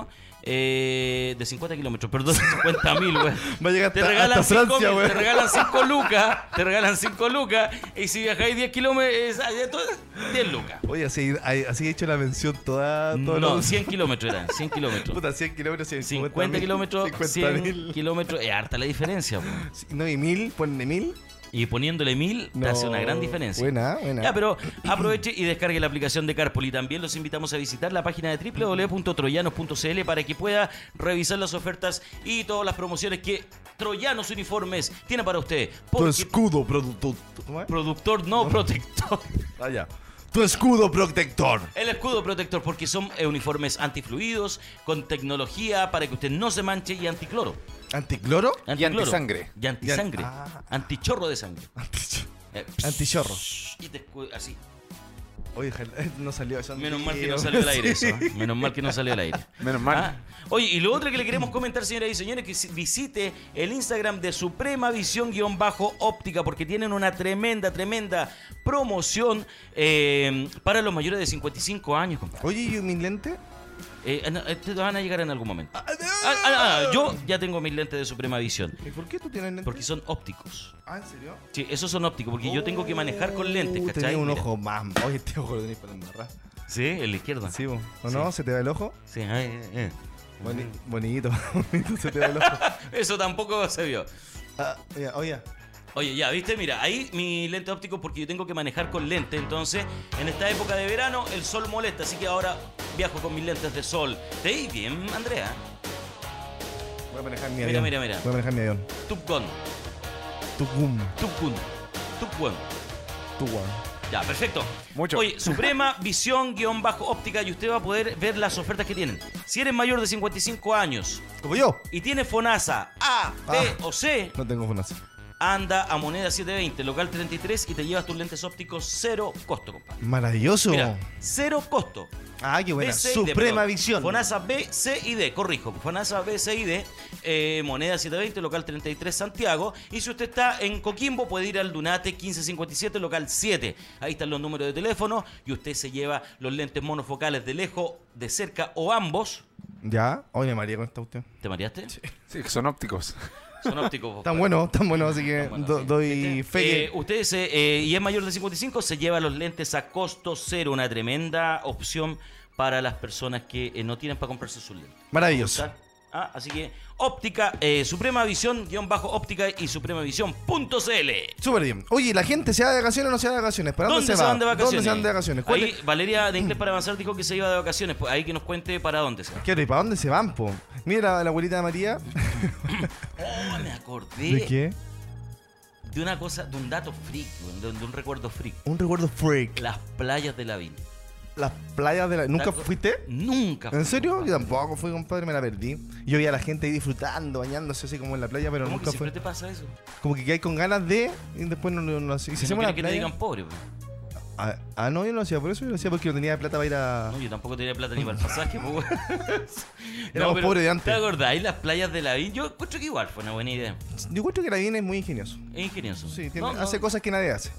eh, de cincuenta kilómetros, perdón, cincuenta mil, güey.
Va a llegar
Te
hasta,
regalan
hasta
cinco
Francia,
mil,
güey.
te regalan cinco lucas, te regalan cinco lucas, y si viajáis diez kilómetros, diez lucas.
Oye, así, hay- así he hecho la mención toda... todos
No,
los-
cien kilómetros eran, cien kilómetros.
Puta, cien kilómetros, cien,
cincuenta kilómetros,
cincuenta
cien
mil.
kilómetros, es harta la diferencia. po.
No, y mil, ponle mil.
Y poniéndole mil, te
No,
hace una gran diferencia.
Buena, buena.
Ya, pero aproveche y descargue la aplicación de Carpool. Y también los invitamos a visitar la página de doble u doble u doble u punto troyanos punto c l para que pueda revisar las ofertas y todas las promociones que Troyanos Uniformes tiene para usted.
Tu
Porque
escudo productor. ¿Cómo es?
productor, no protector.
Ah, ya. Tu escudo protector.
El escudo protector, porque son eh, uniformes antifluidos, con tecnología para que usted no se manche y anticloro.
¿Anticloro?
Anticloro.
antisangre.
Y antisangre.
Y an- ah.
Antichorro de sangre. Eh,
Antichorro.
Y te escu- así.
Oye, ojalá- no salió eso.
Menos mal que no salió al aire eso. ¿eh? Menos mal que no salió al aire.
Menos mal.
Ah, Oye, y lo otro que le queremos comentar, señoras y señores, que si- visite el Instagram de Suprema Visión guión bajo óptica, porque tienen una tremenda, tremenda promoción eh, para los mayores de cincuenta y cinco años, compadre.
Oye, ¿y mis lentes?
Eh, no, eh, te van a llegar en algún momento. Ah, ah, ah, yo ya tengo mis lentes de Suprema Visión,
¿Y por qué tú tienes lentes?
porque son ópticos.
Ah, ¿en serio?
Sí, esos son ópticos, porque yo tengo que manejar con lentes,
Uh,
¿cachai?
tenía un
Mira.
ojo más. Oye, este ojo lo tenéis para embarrar.
Sí, en la izquierda.
Sí, ¿o ¿o no? ¿Se te va el ojo?
Sí, ay, eh, eh.
Boni- bonito, bonito se te va el ojo.
Eso tampoco se vio.
Ah, ya, oye.
Oye, ya, ¿viste? Mira, ahí mi lente óptico porque yo tengo que manejar con lente. Entonces, en esta época de verano, el sol molesta. Así que ahora viajo con mis lentes de sol. ¿Te veis bien, Andrea?
Voy a manejar mi
Mira,
avión.
mira, mira.
Voy a manejar mi avión.
Top Gun.
Tucum.
Top Gun. Top Gun.
Tucum.
Ya, perfecto.
Mucho.
Oye, Suprema Visión guión bajo óptica y usted va a poder ver las ofertas que tienen. Si eres mayor de cincuenta y cinco años
Como yo.
y tienes FONASA A, B
Ah.
o C,
No tengo FONASA.
anda a Moneda setecientos veinte, local treinta y tres y te llevas tus lentes ópticos cero costo, compadre.
Maravilloso.
Mira, cero costo.
Ah, qué buena.
B, C y D,
Suprema
perdón.
Visión.
FONASA B, C y D, corrijo. FONASA B, C y D, eh, Moneda setecientos veinte, local treinta y tres, Santiago. Y si usted está en Coquimbo, puede ir al Dunate quince cincuenta y siete, local siete. Ahí están los números de teléfono y usted se lleva los lentes monofocales de lejos, de cerca o ambos.
¿Ya? Oye, María, con esta cuestión.
¿Te mareaste?
Sí, que son ópticos.
Son ópticos.
Tan bueno, tan bueno, así que
Bueno,
do-
sí.
doy
¿Viste?
fe que-
Eh, usted se, eh, y es mayor de cincuenta y cinco, se lleva los lentes a costo cero. Una tremenda opción para las personas que eh, no tienen para comprarse sus lentes.
Maravilloso.
Ah, así que óptica, eh, Suprema Visión, guión bajo óptica y supremavisión punto c l.
Súper bien. Oye, ¿la gente se va de vacaciones o no se va de vacaciones? ¿Para dónde,
¿Dónde
se
se
va?
van de vacaciones?
¿Dónde se van de vacaciones? ¿Cuál
Ahí
es-
Valeria de Inglés para Avanzar dijo que se iba de vacaciones. Pues ahí que nos cuente para dónde se va.
Quiero, ¿y para dónde se van, po? Mira, la abuelita de María.
Oh, me acordé
¿De qué?
de una cosa, de un dato freak, de, de un recuerdo freak.
Un recuerdo freak.
Las playas de la Vin.
Las playas de la... ¿Nunca
¿Te acu-
fuiste?
Nunca.
¿En serio? Yo tampoco fui, compadre, me la perdí. Yo veía a la gente ahí disfrutando, bañándose así como en la playa, pero
¿Cómo que
nunca
siempre
fue.
te pasa eso?
Como que hay con ganas de y después no lo no, hacía. ¿Y si
Si no
hacemos la
quieren que te
playa?
digan pobre. pues.
Ah, ah, no, yo no lo hacía por eso, yo lo hacía porque no tenía plata para ir a...
No, yo tampoco tenía plata ni para el pasaje. pues, weón.
Éramos
pero,
pobres de antes.
¿Te acordáis las playas de la Vin? Yo encuentro que igual fue una buena idea.
Yo encuentro que la Vina es muy ingenioso.
Es ingenioso.
Sí, tiene-
No, no,
hace cosas que nadie hace.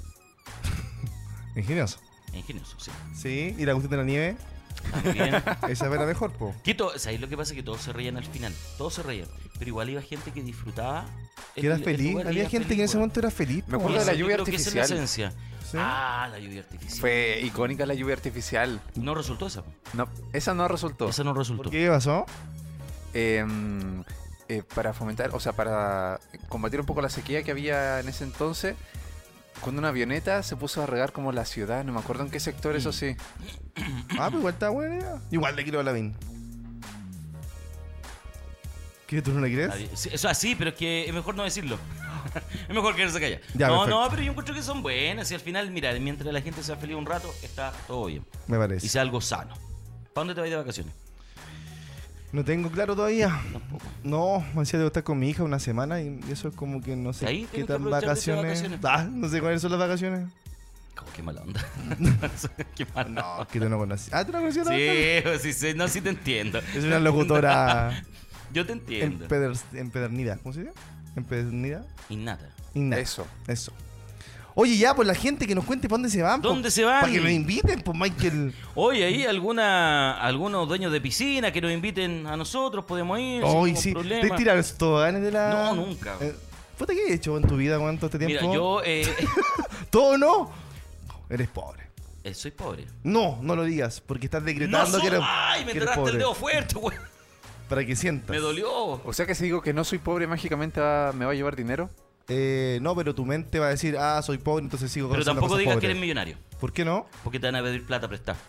Ingenioso.
es ingenioso, sí.
Sí, y la cuestión de la nieve,
Bien.
esa era mejor, po.
Quito, ¿sabéis lo que pasa? Que todos se reían al final. Todos se reían. Pero igual iba gente que disfrutaba.
Que era
el- el
feliz.
lugar y
Había
era
gente que en
feliz,
ese
weón.
momento era feliz.
Me
po.
acuerdo de la
Yo
lluvia
creo que esa es la
artificial.
esencia.
¿sí?
Ah, la lluvia artificial.
Fue icónica la lluvia artificial.
No resultó esa. po.
No, esa no resultó.
Esa no resultó.
¿Por qué pasó?
Eh, eh, para fomentar, o sea, para combatir un poco la sequía que había en ese entonces, cuando una avioneta se puso a regar como la ciudad, no me acuerdo en qué sector, eso sí.
Ah, pues igual está buena idea. Igual le quiero a la Vin. ¿Qué, tú no la quieres?
Ah, sí, eso así, pero es que es mejor no decirlo. Es mejor quedarse callado.
Ya,
no,
perfecto.
no, pero yo encuentro que son buenas. Y al final, mira, mientras la gente sea feliz un rato, está todo bien.
Me
Y
parece.
sea algo sano. ¿Para dónde te vas de vacaciones?
No tengo claro todavía.
Tampoco.
No, me decía, debo estar con mi hija una semana y eso es como que no sé
Ahí
qué
tienes que
tan
aprovechar de
vacaciones.
estas
Ah, no sé cuáles son las vacaciones.
Como qué mala onda. Qué mala
No,
onda.
es que tú no conoces. Ah, ¿tú no conocías?
Sí, sí, sí, no, sí te entiendo.
Es una locutora
Yo te entiendo.
empeder, empedernida. ¿Cómo se dice? Empedernida.
Innata.
Innata.
Eso.
Eso. Oye, ya, pues la gente que nos cuente para dónde se van.
¿Dónde se van?
Para que nos inviten, pues Michael.
Oye, ahí alguna, algunos dueños de piscina que nos inviten a nosotros, podemos ir. sin
Hoy
ningún
sí.
problema.
¿Te tiraron los toboganes de la.?
No, nunca.
Eh, puta, ¿qué has hecho en tu vida cuánto este tiempo?
Mira, yo eh,
¿Todo no? Eres pobre.
eh, soy pobre.
No, no lo digas, porque estás decretando
No
que
soy...
eres,
¡Ay! Me
que eres
enterraste
pobre.
el dedo fuerte, güey.
Para que sientas.
Me dolió.
O sea que si digo que no soy pobre, mágicamente va- me va a llevar dinero.
Eh, no, pero tu mente va a decir, ah, soy pobre, entonces sigo
Pero
haciendo
tampoco
cosas
digas que
pobres.
eres millonario.
¿Por qué no?
Porque te van a pedir plata prestada.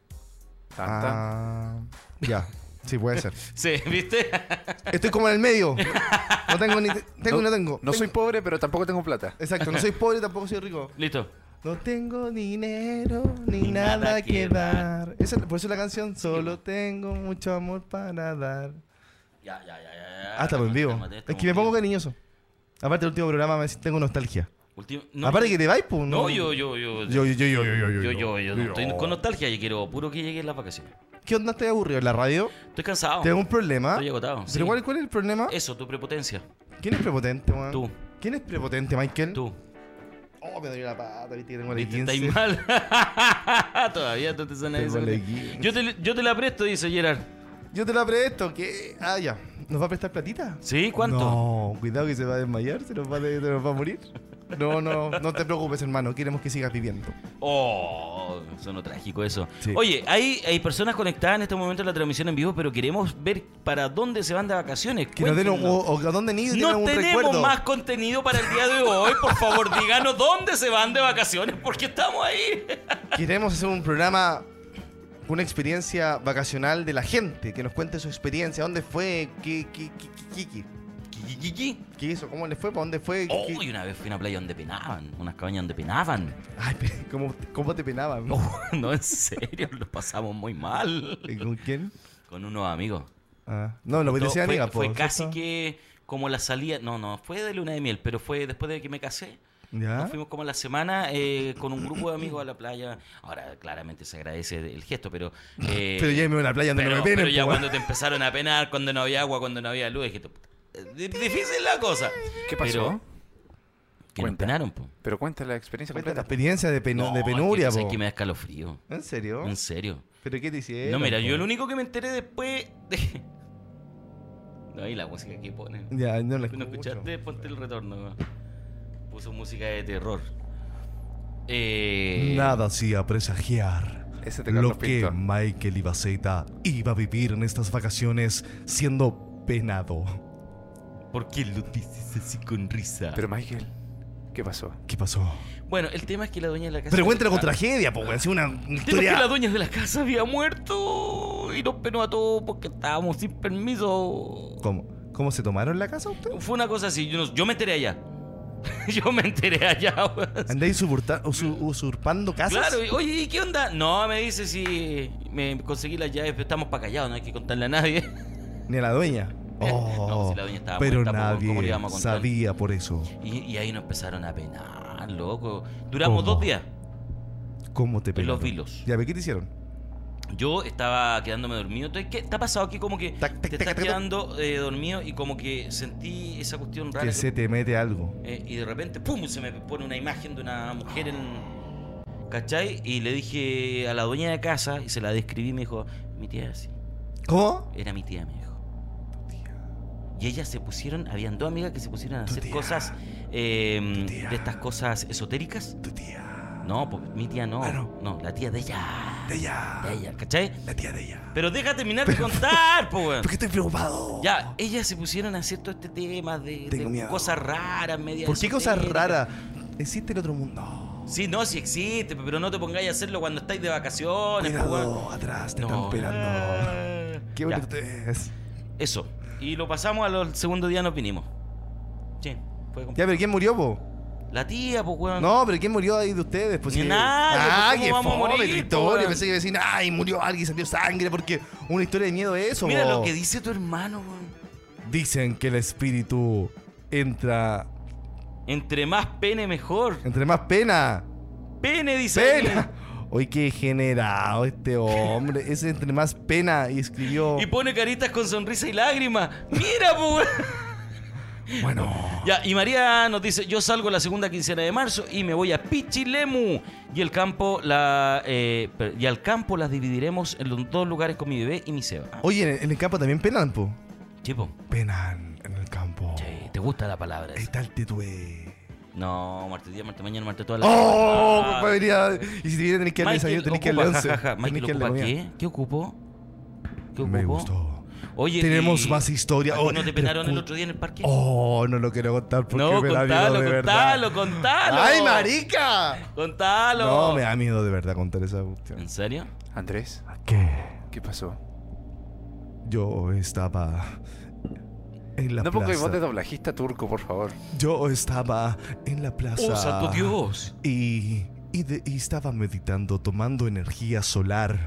Tan, tan.
Ah, ya. Sí, puede ser.
Sí, ¿viste?
Estoy como en el medio. No tengo ni... Tengo y no tengo.
No
Tengo-
soy pobre, pero tampoco tengo plata.
Exacto, no soy pobre, tampoco soy rico.
Listo.
No tengo dinero ni,
Ni
nada,
nada
que
que
dar. Esa, por eso la canción, solo tengo mucho amor para dar.
Ya, ya, ya, ya. ya.
Ah, estamos en vivo.
Cálmate,
Es
estamos
que me
en
pongo
vivo.
cariñoso. Aparte del último programa me tengo nostalgia.
Último- no,
Aparte que te vais, pues.
No, yo, yo, yo.
Yo, yo, yo, yo, yo, yo,
Yo, yo, yo, no estoy con nostalgia y quiero puro que lleguen las vacaciones.
¿Qué onda? ¿Estás aburrido en la radio?
Estoy cansado.
¿Tengo un problema?
Estoy agotado. sí.
¿Pero cuál, cuál es el problema?
Eso, tu prepotencia.
¿Quién es prepotente, man?
Tú.
¿Quién es prepotente, Michael?
Tú.
Oh, me dolió la pata, viste que tengo la
¿Viste?
quince.
Estáis mal. Todavía no te suena
Tengo
eso.
la quince.
Yo te, yo te la presto, dice Gerard.
Yo te la presto, ¿qué? Ah, ya. ¿Nos va a prestar platita?
¿Sí? ¿Cuánto?
No, cuidado que se va a desmayar, se nos va, de- se nos va a morir. No, no, no te preocupes, hermano. Queremos que sigas viviendo.
Oh, sonó trágico eso.
Sí.
Oye, hay, hay personas conectadas en este momento en la transmisión en vivo, pero queremos ver para dónde se van de vacaciones.
Que nos den un,
Cuéntenos.
o, o a dónde han ido y
No
tengan un
tenemos
recuerdo.
más contenido para el día de hoy. Por favor, díganos dónde se van de vacaciones, porque estamos ahí.
Queremos hacer un programa, una experiencia vacacional de la gente, que nos cuente su experiencia, dónde fue, qué, qué, qué, qué, qué,
Kikikiki.
qué hizo, cómo le fue, para dónde fue.
Oh,
qué-
y una vez fui a una playa donde penaban, unas cabañas donde penaban.
Ay, pero ¿cómo, cómo te penaba?
Oh, no, en serio, lo pasamos muy mal.
¿Y ¿Con quién?
Con unos amigos.
Ah, no, lo voy a
Todo-
decir
fue,
amiga,
fue
po,
casi
¿cierto?
que como la salida, no, no, fue de luna de miel, pero fue después de que me casé.
¿Ya?
Nos fuimos como a la semana eh, con un grupo de amigos a la playa. Ahora, claramente se agradece el gesto, pero... eh,
Pero lléveme a una playa donde
pero,
no me penen,
pero ya
po,
cuando te empezaron a penar, cuando no había agua, cuando no había luz, dijiste, puta, es difícil la cosa.
¿Qué pasó?
Pero, que nos
Cuenta.
penaron, po.
Pero cuenta la experiencia
Cuenta la
completa.
experiencia de, penu-
No,
de
es que
penuria,
tú sabes
po.
que me da escalofrío.
¿En serio?
En serio.
¿Pero qué te hicieron?
No, mira,
po?
yo lo único que me enteré después de... No, y la música que ponen.
Ya, no la
¿No
escucho.
escuchaste? Ponte el retorno. Puso música de terror. Eh...
Nada hacía presagiar
Ese te Carlos
lo que
Pinto.
Michael Ibaceta iba a vivir en estas vacaciones siendo penado.
¿Por qué lo dices así con risa?
Pero Michael, ¿qué pasó?
¿Qué pasó?
Bueno, el tema es que la dueña de la casa...
Pero cuéntalo con
Ah,
tragedia, po, weón. Así una
El tema es
historia.
que la dueña de la casa había muerto y nos penó a todos porque estábamos sin permiso.
¿Cómo? ¿Cómo se tomaron la casa usted?
Fue una cosa así, yo, no- yo me enteré allá. Yo me enteré allá, weón.
¿Andáis usurpa- usu- usurpando casas?
Claro, y, oye, ¿y qué onda? No, me dice si me conseguí las llaves, pero estamos para callados, no hay que contarle a nadie.
Ni a la dueña. Oh,
No, si la dueña estaba
pero
muerta, po, ¿cómo le
nadie
íbamos a contar?
sabía por eso.
Y, y ahí nos empezaron a penar, loco. Duramos
¿Cómo?
dos días
¿Cómo te
en
pegaron?
los vilos.
Ya ve, ¿qué te hicieron?
Yo estaba quedándome dormido. Entonces, ¿qué te ha pasado aquí? Como que
Tac, tac,
te
tac,
estás
tac, tac.
quedando eh, dormido y como que sentí esa cuestión rara.
Que se te mete algo.
Eh, y de repente, ¡pum! Se me pone una imagen de una mujer en... ¿Cachai? Y le dije a la dueña de casa y se la describí y me dijo, mi tía era así.
¿Cómo?
Era mi tía, me dijo. Y ellas se pusieron, habían dos amigas que se pusieron a
Tu
hacer
tía.
cosas, eh,
Tu tía.
de estas cosas esotéricas.
Tu tía.
No, pues mi tía no.
Ah, no.
No, la tía de ella.
De ella.
De ella, ¿cachai?
La tía de ella.
Pero deja terminar de contar, po, weón.
Porque estoy preocupado.
Ya, ellas se pusieron a hacer todo este tema de,
Tengo
de
miedo.
cosas raras, medias.
¿Por qué cosas
esotéricas.
raras? Existe el otro mundo.
Sí, no, sí existe, pero no te pongáis a hacerlo cuando estáis de vacaciones, po,
Cuidado,
weón.
atrás, te
No.
están esperando.
Ah.
Qué
Ya,
bonito te es.
eso. Y lo pasamos al segundo día, nos vinimos. Sí, fue como...
Ya, pero ¿quién murió, po?
La tía, pues, weón.
No, pero ¿quién murió ahí de ustedes? Pues
Ni
si-
nadie,
Ah,
pues,
qué
¿cómo vamos a
fome
morir,
tu
po,
historia.
weón?
Pensé que iba a decir, ay, murió alguien, salió sangre, porque una historia de miedo es eso,
Mira
po.
lo que dice tu hermano, weón.
Dicen que el espíritu entra
Entre más pene, mejor.
entre más pena.
Pene, dice.
¡Pena! Oye, qué generado este hombre. Es entre más pena y escribió.
Y pone caritas con sonrisa y lágrimas. Mira, pues.
Bueno.
Ya, y María nos dice, yo salgo la segunda quincena de marzo y me voy a Pichilemu. Y el campo, la, eh, per- y al campo las dividiremos en los dos lugares con mi bebé y mi Seba. Ah,
Oye, en el, en el campo también penan, po.
chipo,
Penan en el campo.
che, ¿te gusta la palabra
Ahí
esa?
está el titué.
No, martes día, martes mañana, martes toda la
¡Oh!
Ah.
compadre, venía- Y si te viene, tenés que darle desayuno, tenés que darle
ocupa,
once.
jajaja.
Tenés
Michael
que darle
ocupa
comida.
qué? ¿Qué ocupó? ¿Qué ocupó?
Me gustó.
Oye,
Tenemos
y-
más historia.
¿A ti
Oh,
no te
pero
penaron el
cu-
otro día en el parque?
Oh, no lo quiero contar porque
no,
me da miedo
contalo,
de
contalo,
verdad.
contalo.
¡Ay, marica!
Contalo.
No, me da miedo de verdad contar esa cuestión.
¿En serio?
Andrés,
¿Qué?
¿qué pasó?
Yo estaba en la
No pongas
plaza.
voz de doblajista turco, por favor.
Yo estaba en la plaza.
¡Oh, santo Dios!
Y, y, de- y estaba meditando, tomando energía solar.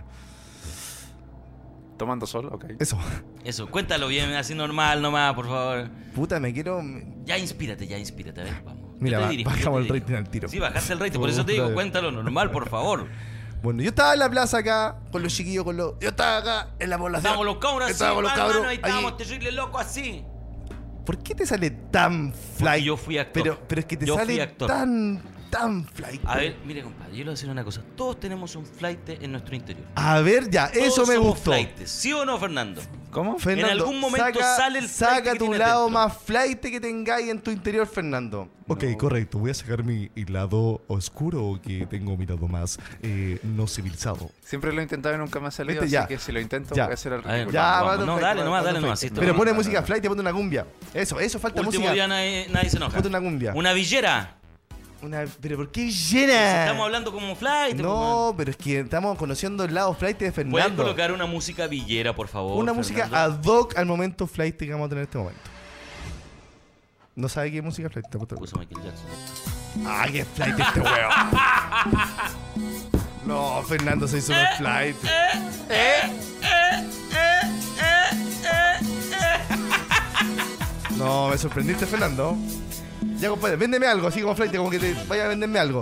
¿Tomando sol? Ok.
Eso.
Eso, cuéntalo bien, así normal nomás, por favor.
Puta, me quiero...
Ya inspírate, ya inspírate, a ver, vamos. Yo
Mira,
te
va-
dirijo, yo
bajamos
te
el
dirijo.
rating al tiro.
Sí, bajaste el rating, por eso te digo,
Puta.
cuéntalo normal, por favor.
Bueno, yo estaba en la plaza acá, con los chiquillos, con los... Yo estaba acá en la población.
Estábamos los cabros así,
Estábamos los
hermano,
cabros
ahí estábamos
ahí.
terrible locos así.
¿Por qué te sale tan fly?
yo fui actor.
Pero, pero es que te
Yo fui
sale
actor.
tan, tan fly.
A ver, mire, compadre, yo le voy a decir una cosa. Todos tenemos un flight en nuestro interior.
A ver, ya, eso
Todos
me
somos
gustó.
flightes, ¿sí o no, Fernando?
¿Cómo?
Fernando,
En algún momento
saca,
sale el flight
Saca
que
tu
tienes
lado
dentro.
más flight que tengáis en tu interior, Fernando. Ok, correcto. Voy a sacar mi lado oscuro, que tengo mi lado más eh, no civilizado.
Siempre lo he intentado y nunca me ha salido,
Vete,
así
ya.
que si lo intento
Ya.
voy a hacer el
A ver,
ridículo.
Ya,
vamos,
va,
vamos. No,
perfecto,
dale
va,
nomás,
va,
dale nomás.
perfecto.
esto-
Pero pone
no,
música
no.
flight y ponte una cumbia. Eso, eso, falta
Último
música.
día nadie, nadie se enoja.
Ponte una cumbia.
Una villera.
Una- pero ¿por qué
Si
llena?
estamos hablando como flight.
No, pero es que estamos conociendo el lado flight de
¿Puedes
Fernando.
colocar una música villera, por favor?
Una música
Fernando?
ad hoc al momento flight que vamos a tener en este momento. ¿No sabe qué música flight? Te apuesto.
Puso Michael Jackson.
Ah, qué flight este weón. No, Fernando se hizo un flight. No, me sorprendiste, Fernando. Ya, compadre, véndeme algo, así como flight, como que te vaya a venderme algo.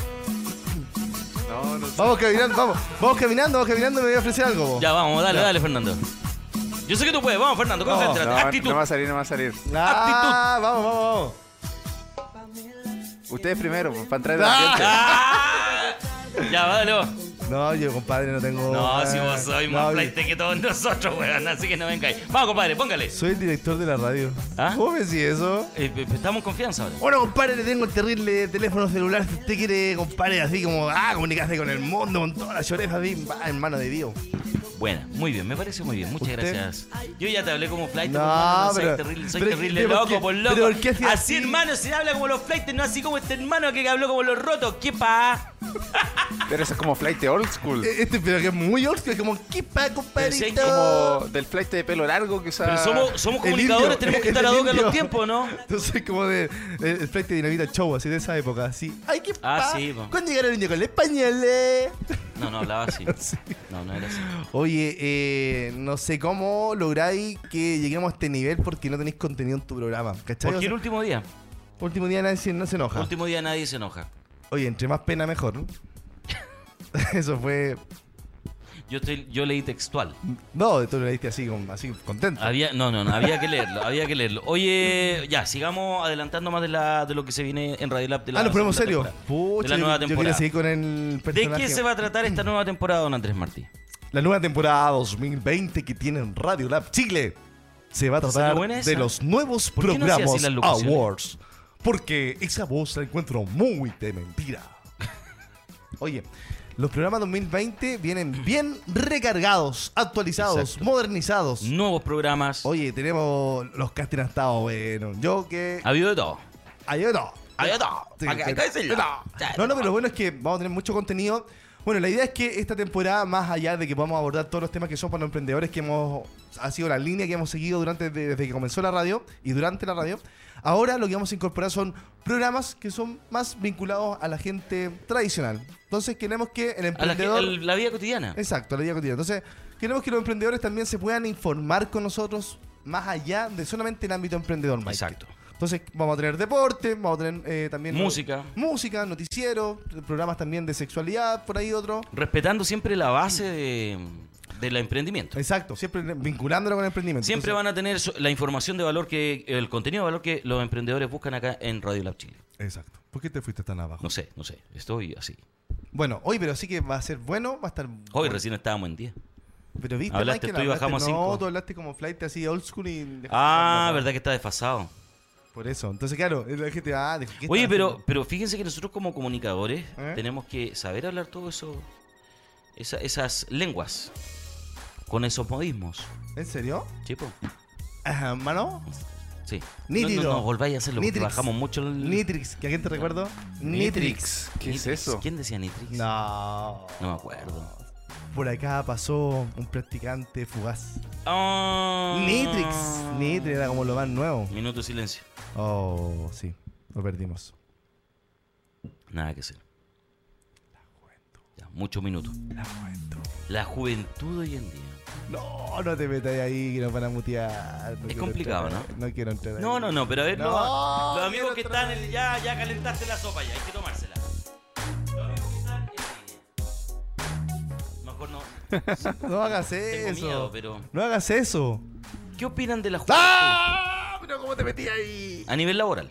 No, no sé.
Vamos caminando, vamos, vamos caminando, vamos caminando, me voy a ofrecer algo. vos.
Ya, vamos, dale,
Ya.
dale, Fernando. Yo sé que tú puedes, vamos, Fernando,
No,
concéntrate.
No,
Actitud.
no va a salir, no va a salir.
Ah, vamos, vamos,
Ustedes primero, pues, para entrar en el
Ah.
ambiente.
¡Ah! Ya, va, dale vos.
vamos. No, yo, compadre, no tengo.
No,
ah,
si vos sois
no,
más
yo-
flight que todos nosotros, weón, así que no vengáis. Vamos, compadre, póngale.
Soy el director de la radio.
¿Ah?
¿Cómo me decís eso?
Eh, eh, estamos en confianza ahora.
Bueno, compadre, le tengo el terrible teléfono celular. Si usted quiere, compadre, así como, ah, comunicarse con el mundo, con toda la lloreja, así, va, en mano de Dios.
Buena, muy bien, me parece muy bien, muchas
¿Usted?
gracias. Yo ya te hablé como flight,
No,
por hermano,
pero-
soy terrible, soy
pero-
terrible
pero ¿por
loco,
qué-
por loco.
pero ¿por qué hacía
así,
así?
hermano, se habla como los flights, no así como este hermano que habló como los rotos. ¿Qué pa?
Pero eso es como flight de old school.
Eh, Este, pero que es muy old, es como, ¿qué pa, compadrito?
Pero si hay
Como del flight de pelo largo que usa...
Pero somos, somos
El
comunicadores,
indio,
tenemos que
el
estar a dos en
indio.
los tiempos, ¿no?
Entonces, como de, de- el flight de Dinamita Show, así de esa época, así. ¡Ay, qué
Ah,
pa!
sí, po.
¿Cuándo llegaron el indio con el español? eh?
No, no hablaba así.
Sí.
No, no era así.
Oye, eh, no sé cómo lográis que lleguemos a este nivel porque no tenéis contenido en tu programa, ¿cachai?
Porque
O
el
sea,
último día,
último día nadie se, no se enoja.
último día nadie se enoja.
Oye, entre más pena mejor, ¿no? Eso fue...
Yo estoy, yo leí textual.
No, tú lo leíste así, como- así contento.
Había, no, no, no, había que leerlo, había que leerlo. Oye, ya, sigamos adelantando más de la de lo que se viene en Radio Lab de la
Ah, ¿nos ponemos
segunda
serio?
temporada.
Pucha,
de la
yo-
nueva
yo,
temporada.
quería seguir con el
¿De
personaje.
qué se va a tratar esta nueva temporada, don Andrés Martí?
La nueva temporada dos mil veinte que tiene en Radio Lab Chile se va a tratar
¿Salió buena esa?
de los nuevos
¿Por qué no hacía así
programas
las locuciones?
Awards. Porque esa voz la encuentro muy de mentira. Oye, los programas dos mil veinte vienen bien recargados, actualizados,
Exacto.
modernizados.
Nuevos programas.
Oye, tenemos los casting han estado buenos. Yo que...
Ha habido de todo.
Ayer no.
Ha habido de todo.
Sí,
Acá-
pero-
acá decirlo.
No, no, pero lo bueno es que vamos a tener mucho contenido. Bueno, la idea es que esta temporada, más allá de que podamos abordar todos los temas que son para los emprendedores, que hemos ha sido la línea que hemos seguido durante de- desde que comenzó la radio y durante la radio, ahora lo que vamos a incorporar son programas que son más vinculados a la gente tradicional. Entonces queremos que el
A la,
emprendedor...
a la vida cotidiana.
Exacto, a la vida cotidiana. Entonces queremos que los emprendedores también se puedan informar con nosotros más allá de solamente el ámbito emprendedor, Mike.
Exacto.
Entonces vamos a tener deporte, vamos a tener eh, también...
Música.
Música, noticiero, programas también de sexualidad, por ahí otro.
Respetando siempre la base de, del emprendimiento.
Exacto, siempre vinculándolo con el emprendimiento.
Siempre
Entonces-
van a tener so- la información de valor que, el contenido de valor que los emprendedores buscan acá en Radio Lab Chile.
Exacto. ¿Por qué te fuiste tan abajo?
No sé, no sé, estoy así.
Bueno, hoy, pero sí que va a ser bueno, va a estar...
Hoy
bueno.
recién estábamos en día.
Pero viste,
hablaste
Michael,
tú y bajamos
hablaste-
cinco.
No, tú hablaste como flight así old school y... dejaste
Ah,
la-
verdad que está desfasado.
Por eso. Entonces, claro, la gente... Ah, ¿de qué
Oye,
están
pero,
haciendo?
pero fíjense que nosotros como comunicadores
¿Eh?
tenemos que saber hablar todo eso, esa- esas lenguas, con esos modismos.
¿En serio?
¿Chipo?
Ajá, ¿mano?
Sí.
Nítido.
No, no, no volváis a hacerlo porque
Nitrix.
bajamos mucho el...
Nitrix, ¿que a quién te recuerdo? Nitrix.
¿Qué es
Nitrix.
eso?
¿Quién decía Nitrix?
No.
No me acuerdo.
Por acá pasó un practicante fugaz.
Oh.
Nitrix. Nitrix era como lo más nuevo.
Minuto de silencio.
Oh, sí. Lo perdimos.
Nada que hacer. Ya, muchos minutos.
La juventud.
La juventud hoy en día.
No, no te metas ahí que nos van a mutear. No quiero
complicado,
entrar ahí. No quiero entrar ahí.
No, no, no, pero a ver,
No,
los, los
quiero
amigos que
entrar
están en el, ya, ya calentaste la sopa ya, hay que tomársela. Los amigos que están en línea. Mejor no.
No hagas
Tengo
eso.
miedo, pero.
No hagas eso.
¿Qué opinan de la juventud?
¡Ah! Pero ¿cómo te metí ahí?
A nivel laboral.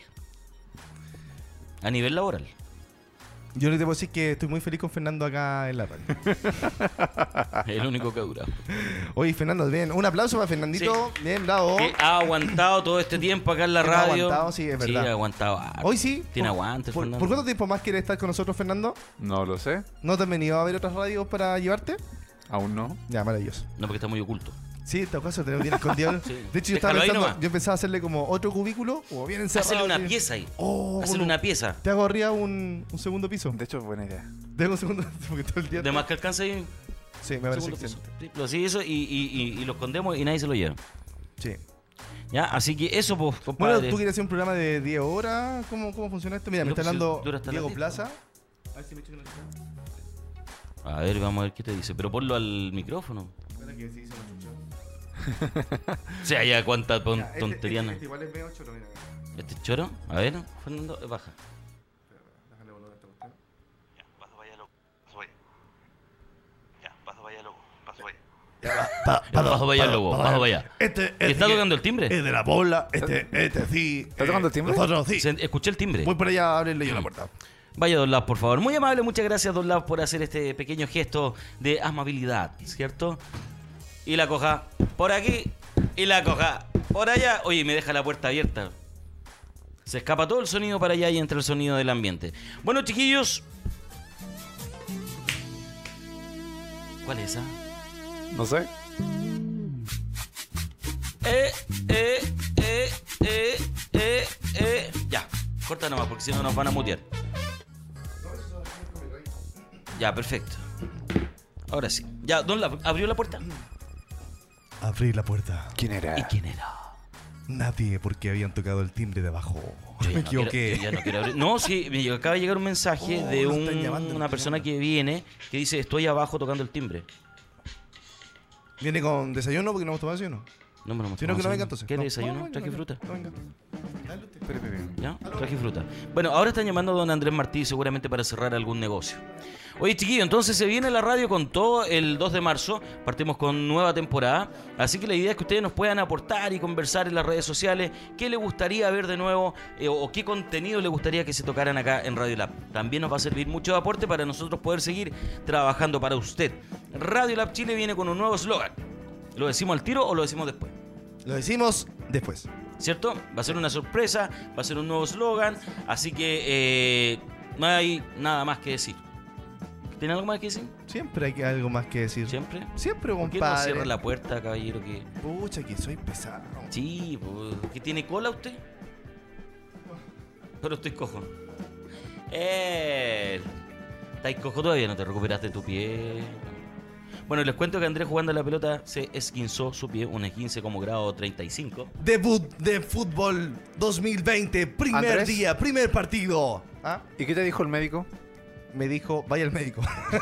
A nivel laboral.
Yo le debo decir que estoy muy feliz con Fernando acá en la radio.
El único que ha durado.
Oye, Fernando, bien. Un aplauso para Fernandito. Bien, bravo.
Que ha aguantado todo este tiempo acá en la
Que no ha
radio.
aguantado, sí, es verdad.
Sí, ha aguantado. harto.
Hoy sí.
Tiene
por-
aguante,
por,
Fernando.
¿Por cuánto tiempo más quieres estar con nosotros, Fernando?
No lo sé,
¿No te han venido a ver otras radios para llevarte?
aún no.
Ya, maravilloso.
No, porque está muy oculto.
Sí, en todo caso tenemos bien escondido.
Sí.
De hecho, yo estaba
Déjalo ahí
pensando,
nomás.
yo pensaba hacerle como otro cubículo, o bien encerrado.
Hacerle una
así.
pieza ahí.
Oh,
Hacerle
bueno.
una pieza.
Te hago arriba un, un segundo piso.
De hecho, buena idea.
Tengo un segundo porque todo el día.
De más que alcance ahí.
Sí, me parece
segundo piso.
excelente.
Sí, lo sí, eso y, y, y, y lo escondemos y nadie se lo lleva.
Sí.
¿Ya? Así que eso, pues,
Bueno,
compadre.
tú quieres hacer un programa de diez horas. ¿Cómo, cómo funciona esto? Mira, me
No,
está
pues,
hablando
dura hasta
Diego
las diez,
Plaza. A ver si me echo una chucha.
A ver, vamos a ver qué te dice. Pero ponlo al micrófono.
Espera que se hizo una chucha.
O sea, ya cuánta ton-
Ya, este-
tontería.
este-
no.
este igual es medio choro, mira, mira.
¿Este choro? A ver, Fernando, eh, baja.
Déjale volver a esta cuestión.
Ya, paso vaya loco, paso vaya. Ya, paso vaya loco, paso vaya.
Bajo vaya, lobo, bajo vaya.
Este
¿Que está tocando el timbre?
Es de la bola, este, este sí.
¿Está tocando el timbre?
Nosotros sí.
Se- Escuché el timbre.
Voy por allá a abrirle yo la puerta.
Vaya, Don Lab, por favor. Muy amable, muchas gracias, Don Lab, por hacer este pequeño gesto de amabilidad, ¿cierto? Y la coja por aquí y la coja por allá. Oye, me deja la puerta abierta. Se escapa todo el sonido para allá y entra el sonido del ambiente. Bueno, chiquillos. ¿Cuál es esa?
No sé.
Eh, eh, eh, eh, eh, eh. Ya, corta nomás porque si no nos van a mutear. Ya, perfecto. Ahora sí. Ya, Don Lab, ¿abrió la puerta?
Abrí la puerta.
¿Quién era?
¿Y quién era?
Nadie, porque habían tocado el timbre de abajo.
Yo ya
Me
no
equivoqué.
quiero- yo ya no quiero abrir. No, sí, me acaba de llegar un mensaje
Oh,
de
lo
un-
están llamando, lo
una
están
persona
llamando.
que viene que dice: estoy abajo tocando el timbre.
¿Viene con desayuno porque no hemos tomado desayuno?
No me lo
Si no, que no venga entonces.
¿Qué
No.
desayuno?
No, venga,
Traje
venga.
fruta.
No, venga. Dale usted.
Espere, espere.
¿Ya? Traje fruta. Bueno, ahora están llamando a don Andrés Martí seguramente para cerrar algún negocio. Oye, chiquillo, entonces se viene la radio con todo el dos de marzo. Partimos con nueva temporada. Así que la idea es que ustedes nos puedan aportar y conversar en las redes sociales qué les gustaría ver de nuevo eh, o qué contenido les gustaría que se tocaran acá en Radio Lab. También nos va a servir mucho de aporte para nosotros poder seguir trabajando para usted. Radio Lab Chile viene con un nuevo eslogan. ¿Lo decimos al tiro o lo decimos después?
Lo decimos después.
¿Cierto? Va a ser una sorpresa, va a ser un nuevo eslogan, así que eh, no hay nada más que decir. ¿Tiene algo más que decir?
Siempre hay que- algo más que decir.
¿Siempre?
Siempre,
¿Por qué no
compadre.
cierra la puerta, caballero? Que...
Pucha, que soy pesado.
Sí, pues, ¿que tiene cola usted? Pero estoy cojo. Eh, ¿Estáis cojo todavía? ¿No te recuperaste tu pie? Bueno, les cuento que Andrés jugando a la pelota se esguinzó su pie, un esguince como grado treinta y cinco.
Debut de fútbol dos mil veinte, primer
Andrés.
día, primer partido. ¿Ah?
¿Y qué te dijo el médico?
Me dijo, vaya al médico.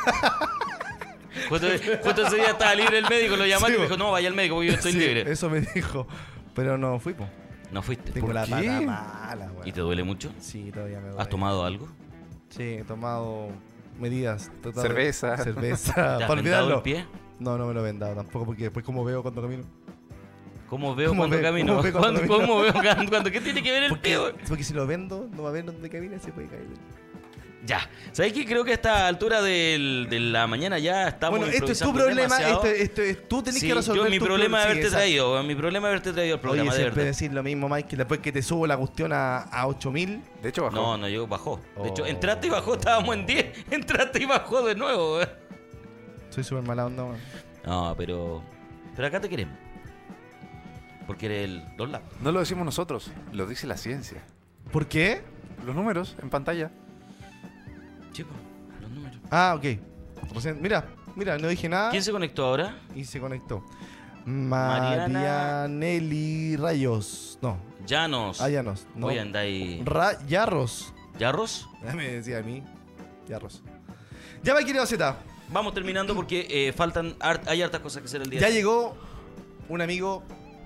Justo, justo ese día estaba libre el médico, lo llamaron
Sí,
y me
bo.
dijo, no, vaya al médico porque yo estoy
Sí,
libre.
eso me dijo. Pero no fui, po.
No fuiste.
Tengo
¿Por
la
qué?
pata mala, weón.
¿Y te duele mucho?
Sí, todavía me duele.
¿Has tomado algo?
Sí, he tomado medidas. tratado de-
Cerveza.
Cerveza.
¿Te has
Para
vendado
olvidarlo.
el pie?
No, no me lo he vendado tampoco, porque después como veo cuando camino.
¿Cómo veo
¿Cómo
cuando
ve-
camino?
cómo ve cuando
¿Cuándo-
camino?
¿Cómo veo cuando, cuando- ¿Qué tiene que ver el pie?
Porque,
güey?
porque si lo vendo, no va a ver dónde camina y se puede caer.
Ya. ¿Sabes qué? Creo que a esta altura del- de la mañana ya estamos
Bueno, esto es tu
improvisando
problema,
demasiado.
esto, esto es, tú tenés
Sí,
que resolver
yo, mi
tu
problema es
sí,
haberte
exacto.
traído, güey, mi problema es haberte traído al programa,
Oye,
de
siempre
verdad.
decir lo mismo, Mike, que después que te subo la cuestión a, a ocho mil.
De hecho, bajó.
No, no, yo bajó. De hecho,
Oh.
entraste y bajó, estábamos en diez. Entraste y bajó de nuevo, güey.
Soy súper mala onda, weón.
No, pero. Pero acá te queremos. Porque eres el dos lados.
No lo decimos nosotros, lo dice la ciencia.
¿Por qué?
Los números en pantalla.
Chicos, los números.
Ah, ok. Recién- Mira, mira, no dije nada
¿Quién se conectó ahora?
y se conectó.
Mariana-
Marianelli Rayos. No,
Llanos.
Ayanos. No.
Hoy andáis.
Ra Yarros.
¿Yarros?
Ya me decía a mí. Yarros. Ya me querido Z.
Vamos terminando porque eh, faltan. hart- hay hartas cosas que hacer el día
Ya
de hoy.
llegó un amigo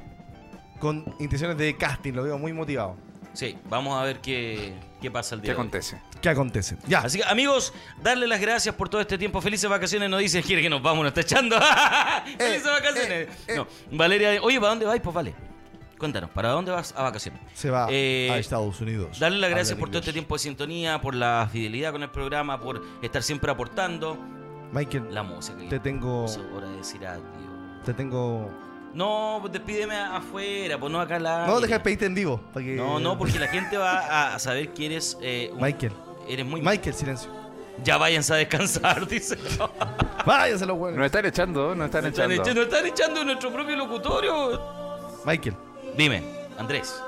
con intenciones de casting. Lo veo muy motivado.
Sí, vamos a ver qué, qué pasa el
¿Qué
día de hoy.
acontece?
¿Qué acontece? Ya.
Así que, amigos, darle las gracias por todo este tiempo. Felices vacaciones. No dice, quiere que nos vamos, nos está echando. Felices vacaciones. No, Valeria, oye, ¿para dónde vais? Pues vale. Cuéntanos, ¿para dónde vas a vacaciones?
Se va
Eh,
a Estados Unidos.
Darle las gracias
Hablar
por todo
inglés.
este tiempo de sintonía, por la fidelidad con el programa, por estar siempre aportando.
Michael,
La música.
te tengo.
Es hora de decir adiós.
Te tengo.
No, pues despídeme a- afuera, pues no acá la.
No, deja de pedirte en vivo. Para que...
No, no, porque la gente va a, a saber que eres. eh, un-
Michael.
Eres muy.
Michael, silencio.
Ya váyanse a descansar, dice.
Váyanse los buenos.
Nos están echando, nos están
Nos están
echando.
echando, nos están echando en nuestro propio locutorio.
Michael,
Dime, Andrés,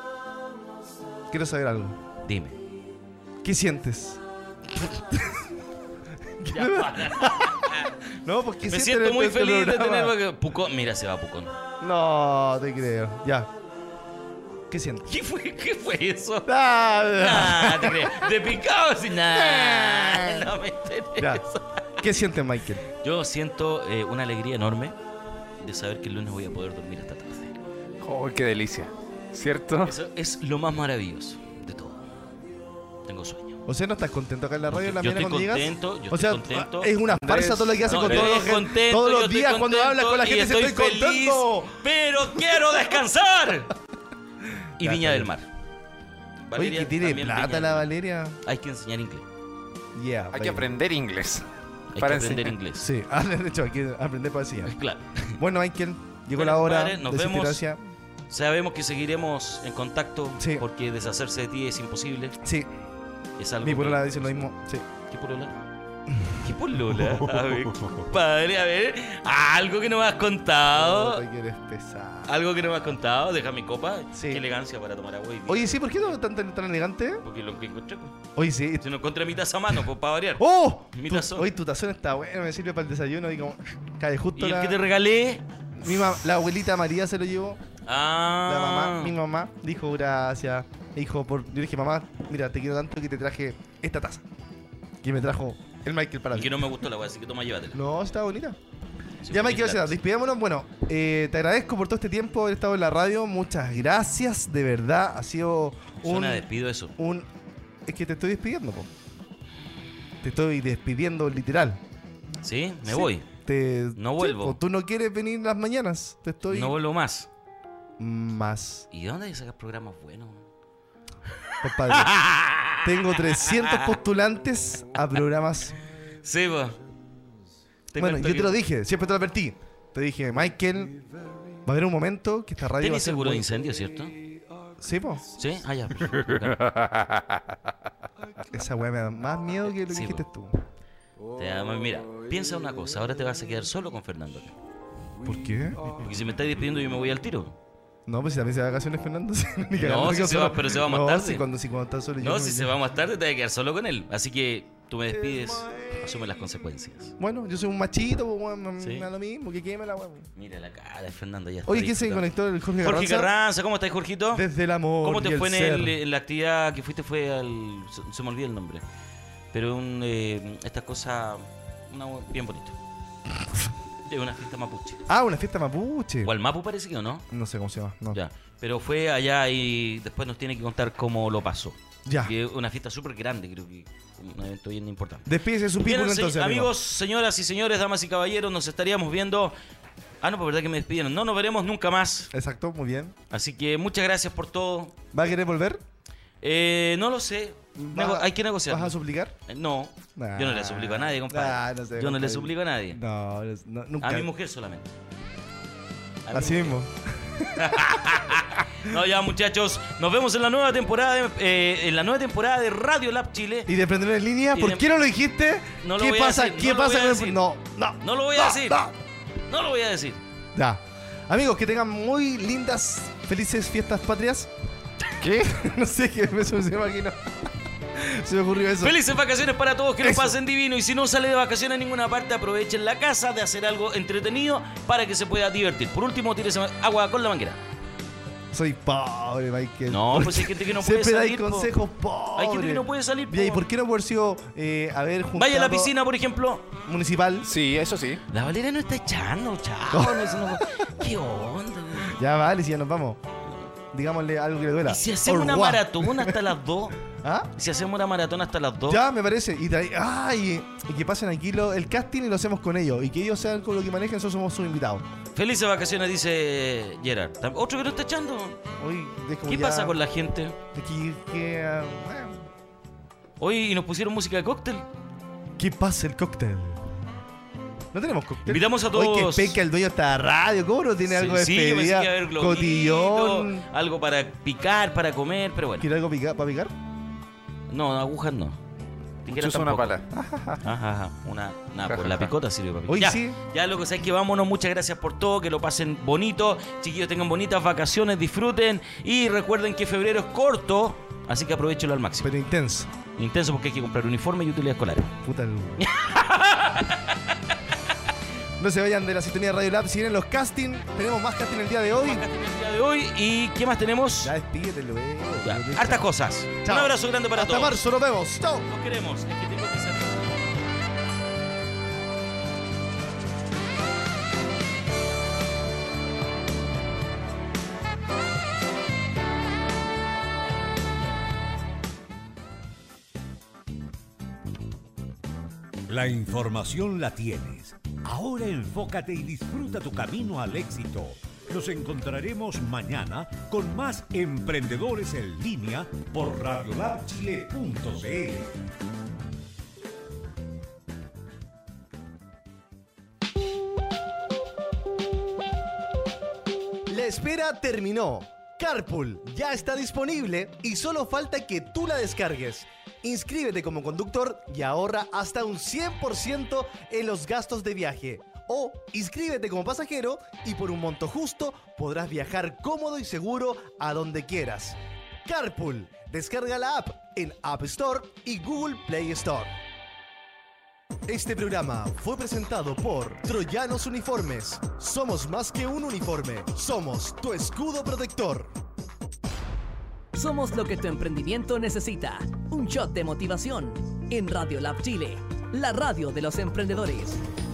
quiero saber algo.
dime.
¿Qué sientes?
Ya para.
No, porque
Me
sientes
siento
en
muy
este
feliz de
programa?
tener Pucón. Mira, se va Pucón.
No, te creo. Ya. ¿Qué sientes?
¿Qué fue, qué fue eso?
Ah,
Ah, te creo. De picado, sin nada. No me
ya.
interesa.
¿Qué sientes, Michael?
Yo siento eh, una alegría enorme de saber que el lunes voy a poder dormir esta tarde.
Oh, qué delicia. ¿Cierto?
Eso es lo más maravilloso de todo. Tengo sueño.
O sea, ¿no estás contento acá en la radio en la
Yo
mañana
estoy
cuando llegas?
contento, yo
o sea,
estoy contento.
es una
Andrés,
farsa todo lo que hace
No,
con
yo
todos
estoy
los,
contento,
todos
yo
los
estoy
días cuando hablas con la
contento
gente.
y
Se estoy
feliz,
contento.
pero quiero descansar. Y
Ya,
Viña
está
del
bien.
Mar.
Oye,
Valeria
que tiene
también
plata
Viña
la
del Mar.
Valeria.
Hay que enseñar inglés.
Yeah,
Hay que
baby.
aprender inglés.
Hay
Para
que aprender
enseñar.
inglés.
Sí, ah, de hecho, hay que aprender poesía.
Claro.
Bueno, Michael, llegó
Bueno,
la hora
padre, nos
de decirte
vemos.
gracias.
Sabemos que seguiremos en contacto
Sí.
porque deshacerse de ti es imposible.
Sí,
Es algo
mi
que-
polola dice lo mismo. Sí.
¿Qué polola? ¿Qué polola? A ver, compadre, a ver. Algo que no me has contado.
Ay, que eres pesado.
Algo que no me has contado. Deja mi copa.
Sí.
Qué elegancia para tomar agua. y vino.
Oye, sí, ¿por qué no tan, tan, tan elegante?
Porque lo que encontré. pues.
Oye, sí.
Si no encontré mi taza a mano, pues para variar.
¡Oh!
Mi
Tu-
tazón.
Oye, tu tazón está bueno, me sirve para el desayuno y como cae justo
¿Y el
la,
que te regalé?
mi ma- la abuelita María se lo llevó.
Ah.
La mamá, mi mamá dijo gracias. Dijo, por, yo le dije, mamá, mira, te quiero tanto que te traje esta taza. Que me trajo el Michael para
Y
ti.
que no me gustó la weá, así que toma, llévatela.
No, está bonita.
Sí,
Ya,
porque
Michael,
claro.
despidámonos. Bueno, eh, te agradezco por todo este tiempo haber estado en la radio. Muchas gracias, de verdad. Ha sido un,
Suena despido eso.
un... Es que te estoy despidiendo, po. Te estoy despidiendo literal.
¿Sí? Me
Sí,
voy.
Te,
No
sí,
vuelvo.
po, tú no quieres venir las mañanas. Te estoy
No vuelvo más.
más,
¿Y de dónde hay que sacar programas buenos?
compadre. Tengo trescientos postulantes a programas.
Sí, pues. Te
Bueno,
cuento
yo te
que-
lo dije, siempre te lo advertí. Te dije, Michael, va a haber un momento que esta radio va a
¿Tenés
ser
seguro de
muy-
incendio, cierto?
Sí, po.
Sí, ah, ya. perfecto, bacán.
Esa weá me da más miedo que lo que
Sí,
dijiste
po.
tú.
Te amo. Mira, piensa una cosa, ahora te vas a quedar solo con Fernando.
¿Por qué?
Porque si me estáis despidiendo yo me voy al tiro.
No, pues si también se va de vacaciones Fernando. Ni
No,
cagando,
si
que
se
solo-
va- pero se va más
no,
tarde.
Si cuando, si cuando estás solo yo
No,
me-
si se va más tarde te vas a quedar solo con él. Así que tú me despides, asume las consecuencias.
Bueno, yo soy un machito, pues, weón, me
Sí.
me da lo mismo, que queme la weón.
Mira la cara de Fernando, ya está
Oye, ¿quién se
disfrutando.
conectó? El Jorge Carranza.
Jorge Carranza, ¿cómo estás, Jorgito?
Desde el amor.
¿Cómo te
y el
fue en,
ser.
el- en la actividad que fuiste? Fue al. Se, se me olvida el nombre. Pero un, eh, esta cosa. Una, bien bonito. Es una fiesta mapuche.
Ah, una fiesta mapuche.
O al Mapu parece que o no.
No sé cómo se llama. No.
Ya. Pero fue allá y después nos tiene que contar cómo lo pasó.
Ya.
Y es una fiesta súper grande, creo que un evento bien importante.
Despídese su
Bien,
people
se-
entonces. amigo.
amigos, señoras y señores, damas y caballeros, nos estaríamos viendo. Ah, no, por verdad que me despidieron. No nos veremos nunca más.
Exacto, muy bien.
Así que muchas gracias por todo.
¿Va a querer volver?
Eh, no lo sé. Nego-
¿Vas a-
hay que negociar.
¿Vas a suplicar?
Eh, No, yo no le suplico a nadie, compadre.
Ah, no sé,
yo no le
compadre.
suplico a nadie.
No, no, no, nunca.
A mi mujer solamente. A mi
Así
mujer.
mismo.
No, ya muchachos, nos vemos en la nueva temporada de, eh, en la nueva temporada de Radio Lab Chile.
¿Y de prender en línea?
Y
¿Por
de-
qué no lo dijiste?
No lo
¿Qué
voy a
pasa?
decir,
¿Qué
no lo
pasa
voy a
con el-
decir.
No, no.
No lo voy a
no,
decir.
no.
No lo voy a decir.
Ya. Amigos, que tengan muy lindas, felices fiestas patrias. ¿Qué? No sé qué me se me imagino. Se me ocurrió eso.
Felices vacaciones para todos, que lo
Eso.
pasen divino. Y si no sale de vacaciones en ninguna parte, aprovechen la casa de hacer algo entretenido para que se pueda divertir. Por último, tírese agua con la manguera.
Soy pobre, Michael.
No,
¿Por
pues
qué?
hay gente que no puede
Siempre dais
salir, po.
consejos pobres.
Hay gente que no puede salir.
Ya, ¿y
po.
por qué no por sido eh, haber juntado
Vaya a la piscina, por ejemplo.
municipal?
Sí, eso sí.
La Valeria no está echando, chao. no, eso no- ¿Qué onda? güey?
Ya vale, si ya nos vamos. Digámosle algo que le duela.
¿Y si hacemos una
Orguá.
maratón hasta las dos?
¿Ah?
¿Y si hacemos una maratón hasta las dos?
Ya, me parece. Y, trae- ay, y que pasen aquí lo- el casting y lo hacemos con ellos. Y que ellos sean con lo que manejen, nosotros somos sus invitados.
Felices vacaciones, dice Gerard. Tam- Otro que no está echando.
Hoy, es como
¿Qué
ya-
pasa con la gente?
Aquí, que, ah, bueno.
Hoy nos pusieron música de cóctel.
¿Qué pasa el cóctel? No tenemos cóctel.
Invitamos a
Hoy
todos.
que peca el dueño de esta radio. ¿Cómo no tiene algo de
Sí, yo pensé que iba a haber
despedida?
globito,
Cotillón.
algo para picar, para comer, pero bueno.
¿Quiere algo pica- para picar?
No, agujas no. Tijeras
Chuzo una
tampoco.
pala.
Ajá, ajá. Una, nada, por la picota sirve para picar.
Hoy
ya,
sí.
ya lo que sé es que vámonos. Muchas gracias por todo. Que lo pasen bonito. Chiquillos, tengan bonitas vacaciones. Disfruten. Y recuerden que febrero es corto. Así que aprovechenlo al máximo.
Pero intenso.
Intenso porque hay que comprar uniforme y utilidades escolares.
Puta el... No se vayan de la sintonía de Radio Lab. Si vienen los casting, tenemos más casting el día de hoy.
Acá está el día de hoy. ¿Y qué más tenemos?
Ya despídete, lo veo.
Ya,
Lo veo.
hartas cosas.
Chao.
Un abrazo grande para
Hasta
todos.
marzo, nos vemos. Chao.
Los queremos. Es que tengo que salir.
La información la tienes. Ahora enfócate y disfruta tu camino al éxito. Nos encontraremos mañana con más Emprendedores en Línea por radiolab chile punto c l.
La espera terminó. Carpool ya está disponible y solo falta que tú la descargues. Inscríbete como conductor y ahorra hasta un cien por ciento en los gastos de viaje. O inscríbete como pasajero y por un monto justo podrás viajar cómodo y seguro a donde quieras. Carpool, descarga la app en App Store y Google Play Store. Este programa fue presentado por Troyanos Uniformes. Somos más que un uniforme, somos tu escudo protector.
Somos lo que tu emprendimiento necesita. Un shot de motivación en Radio Lab Chile, la radio de los emprendedores.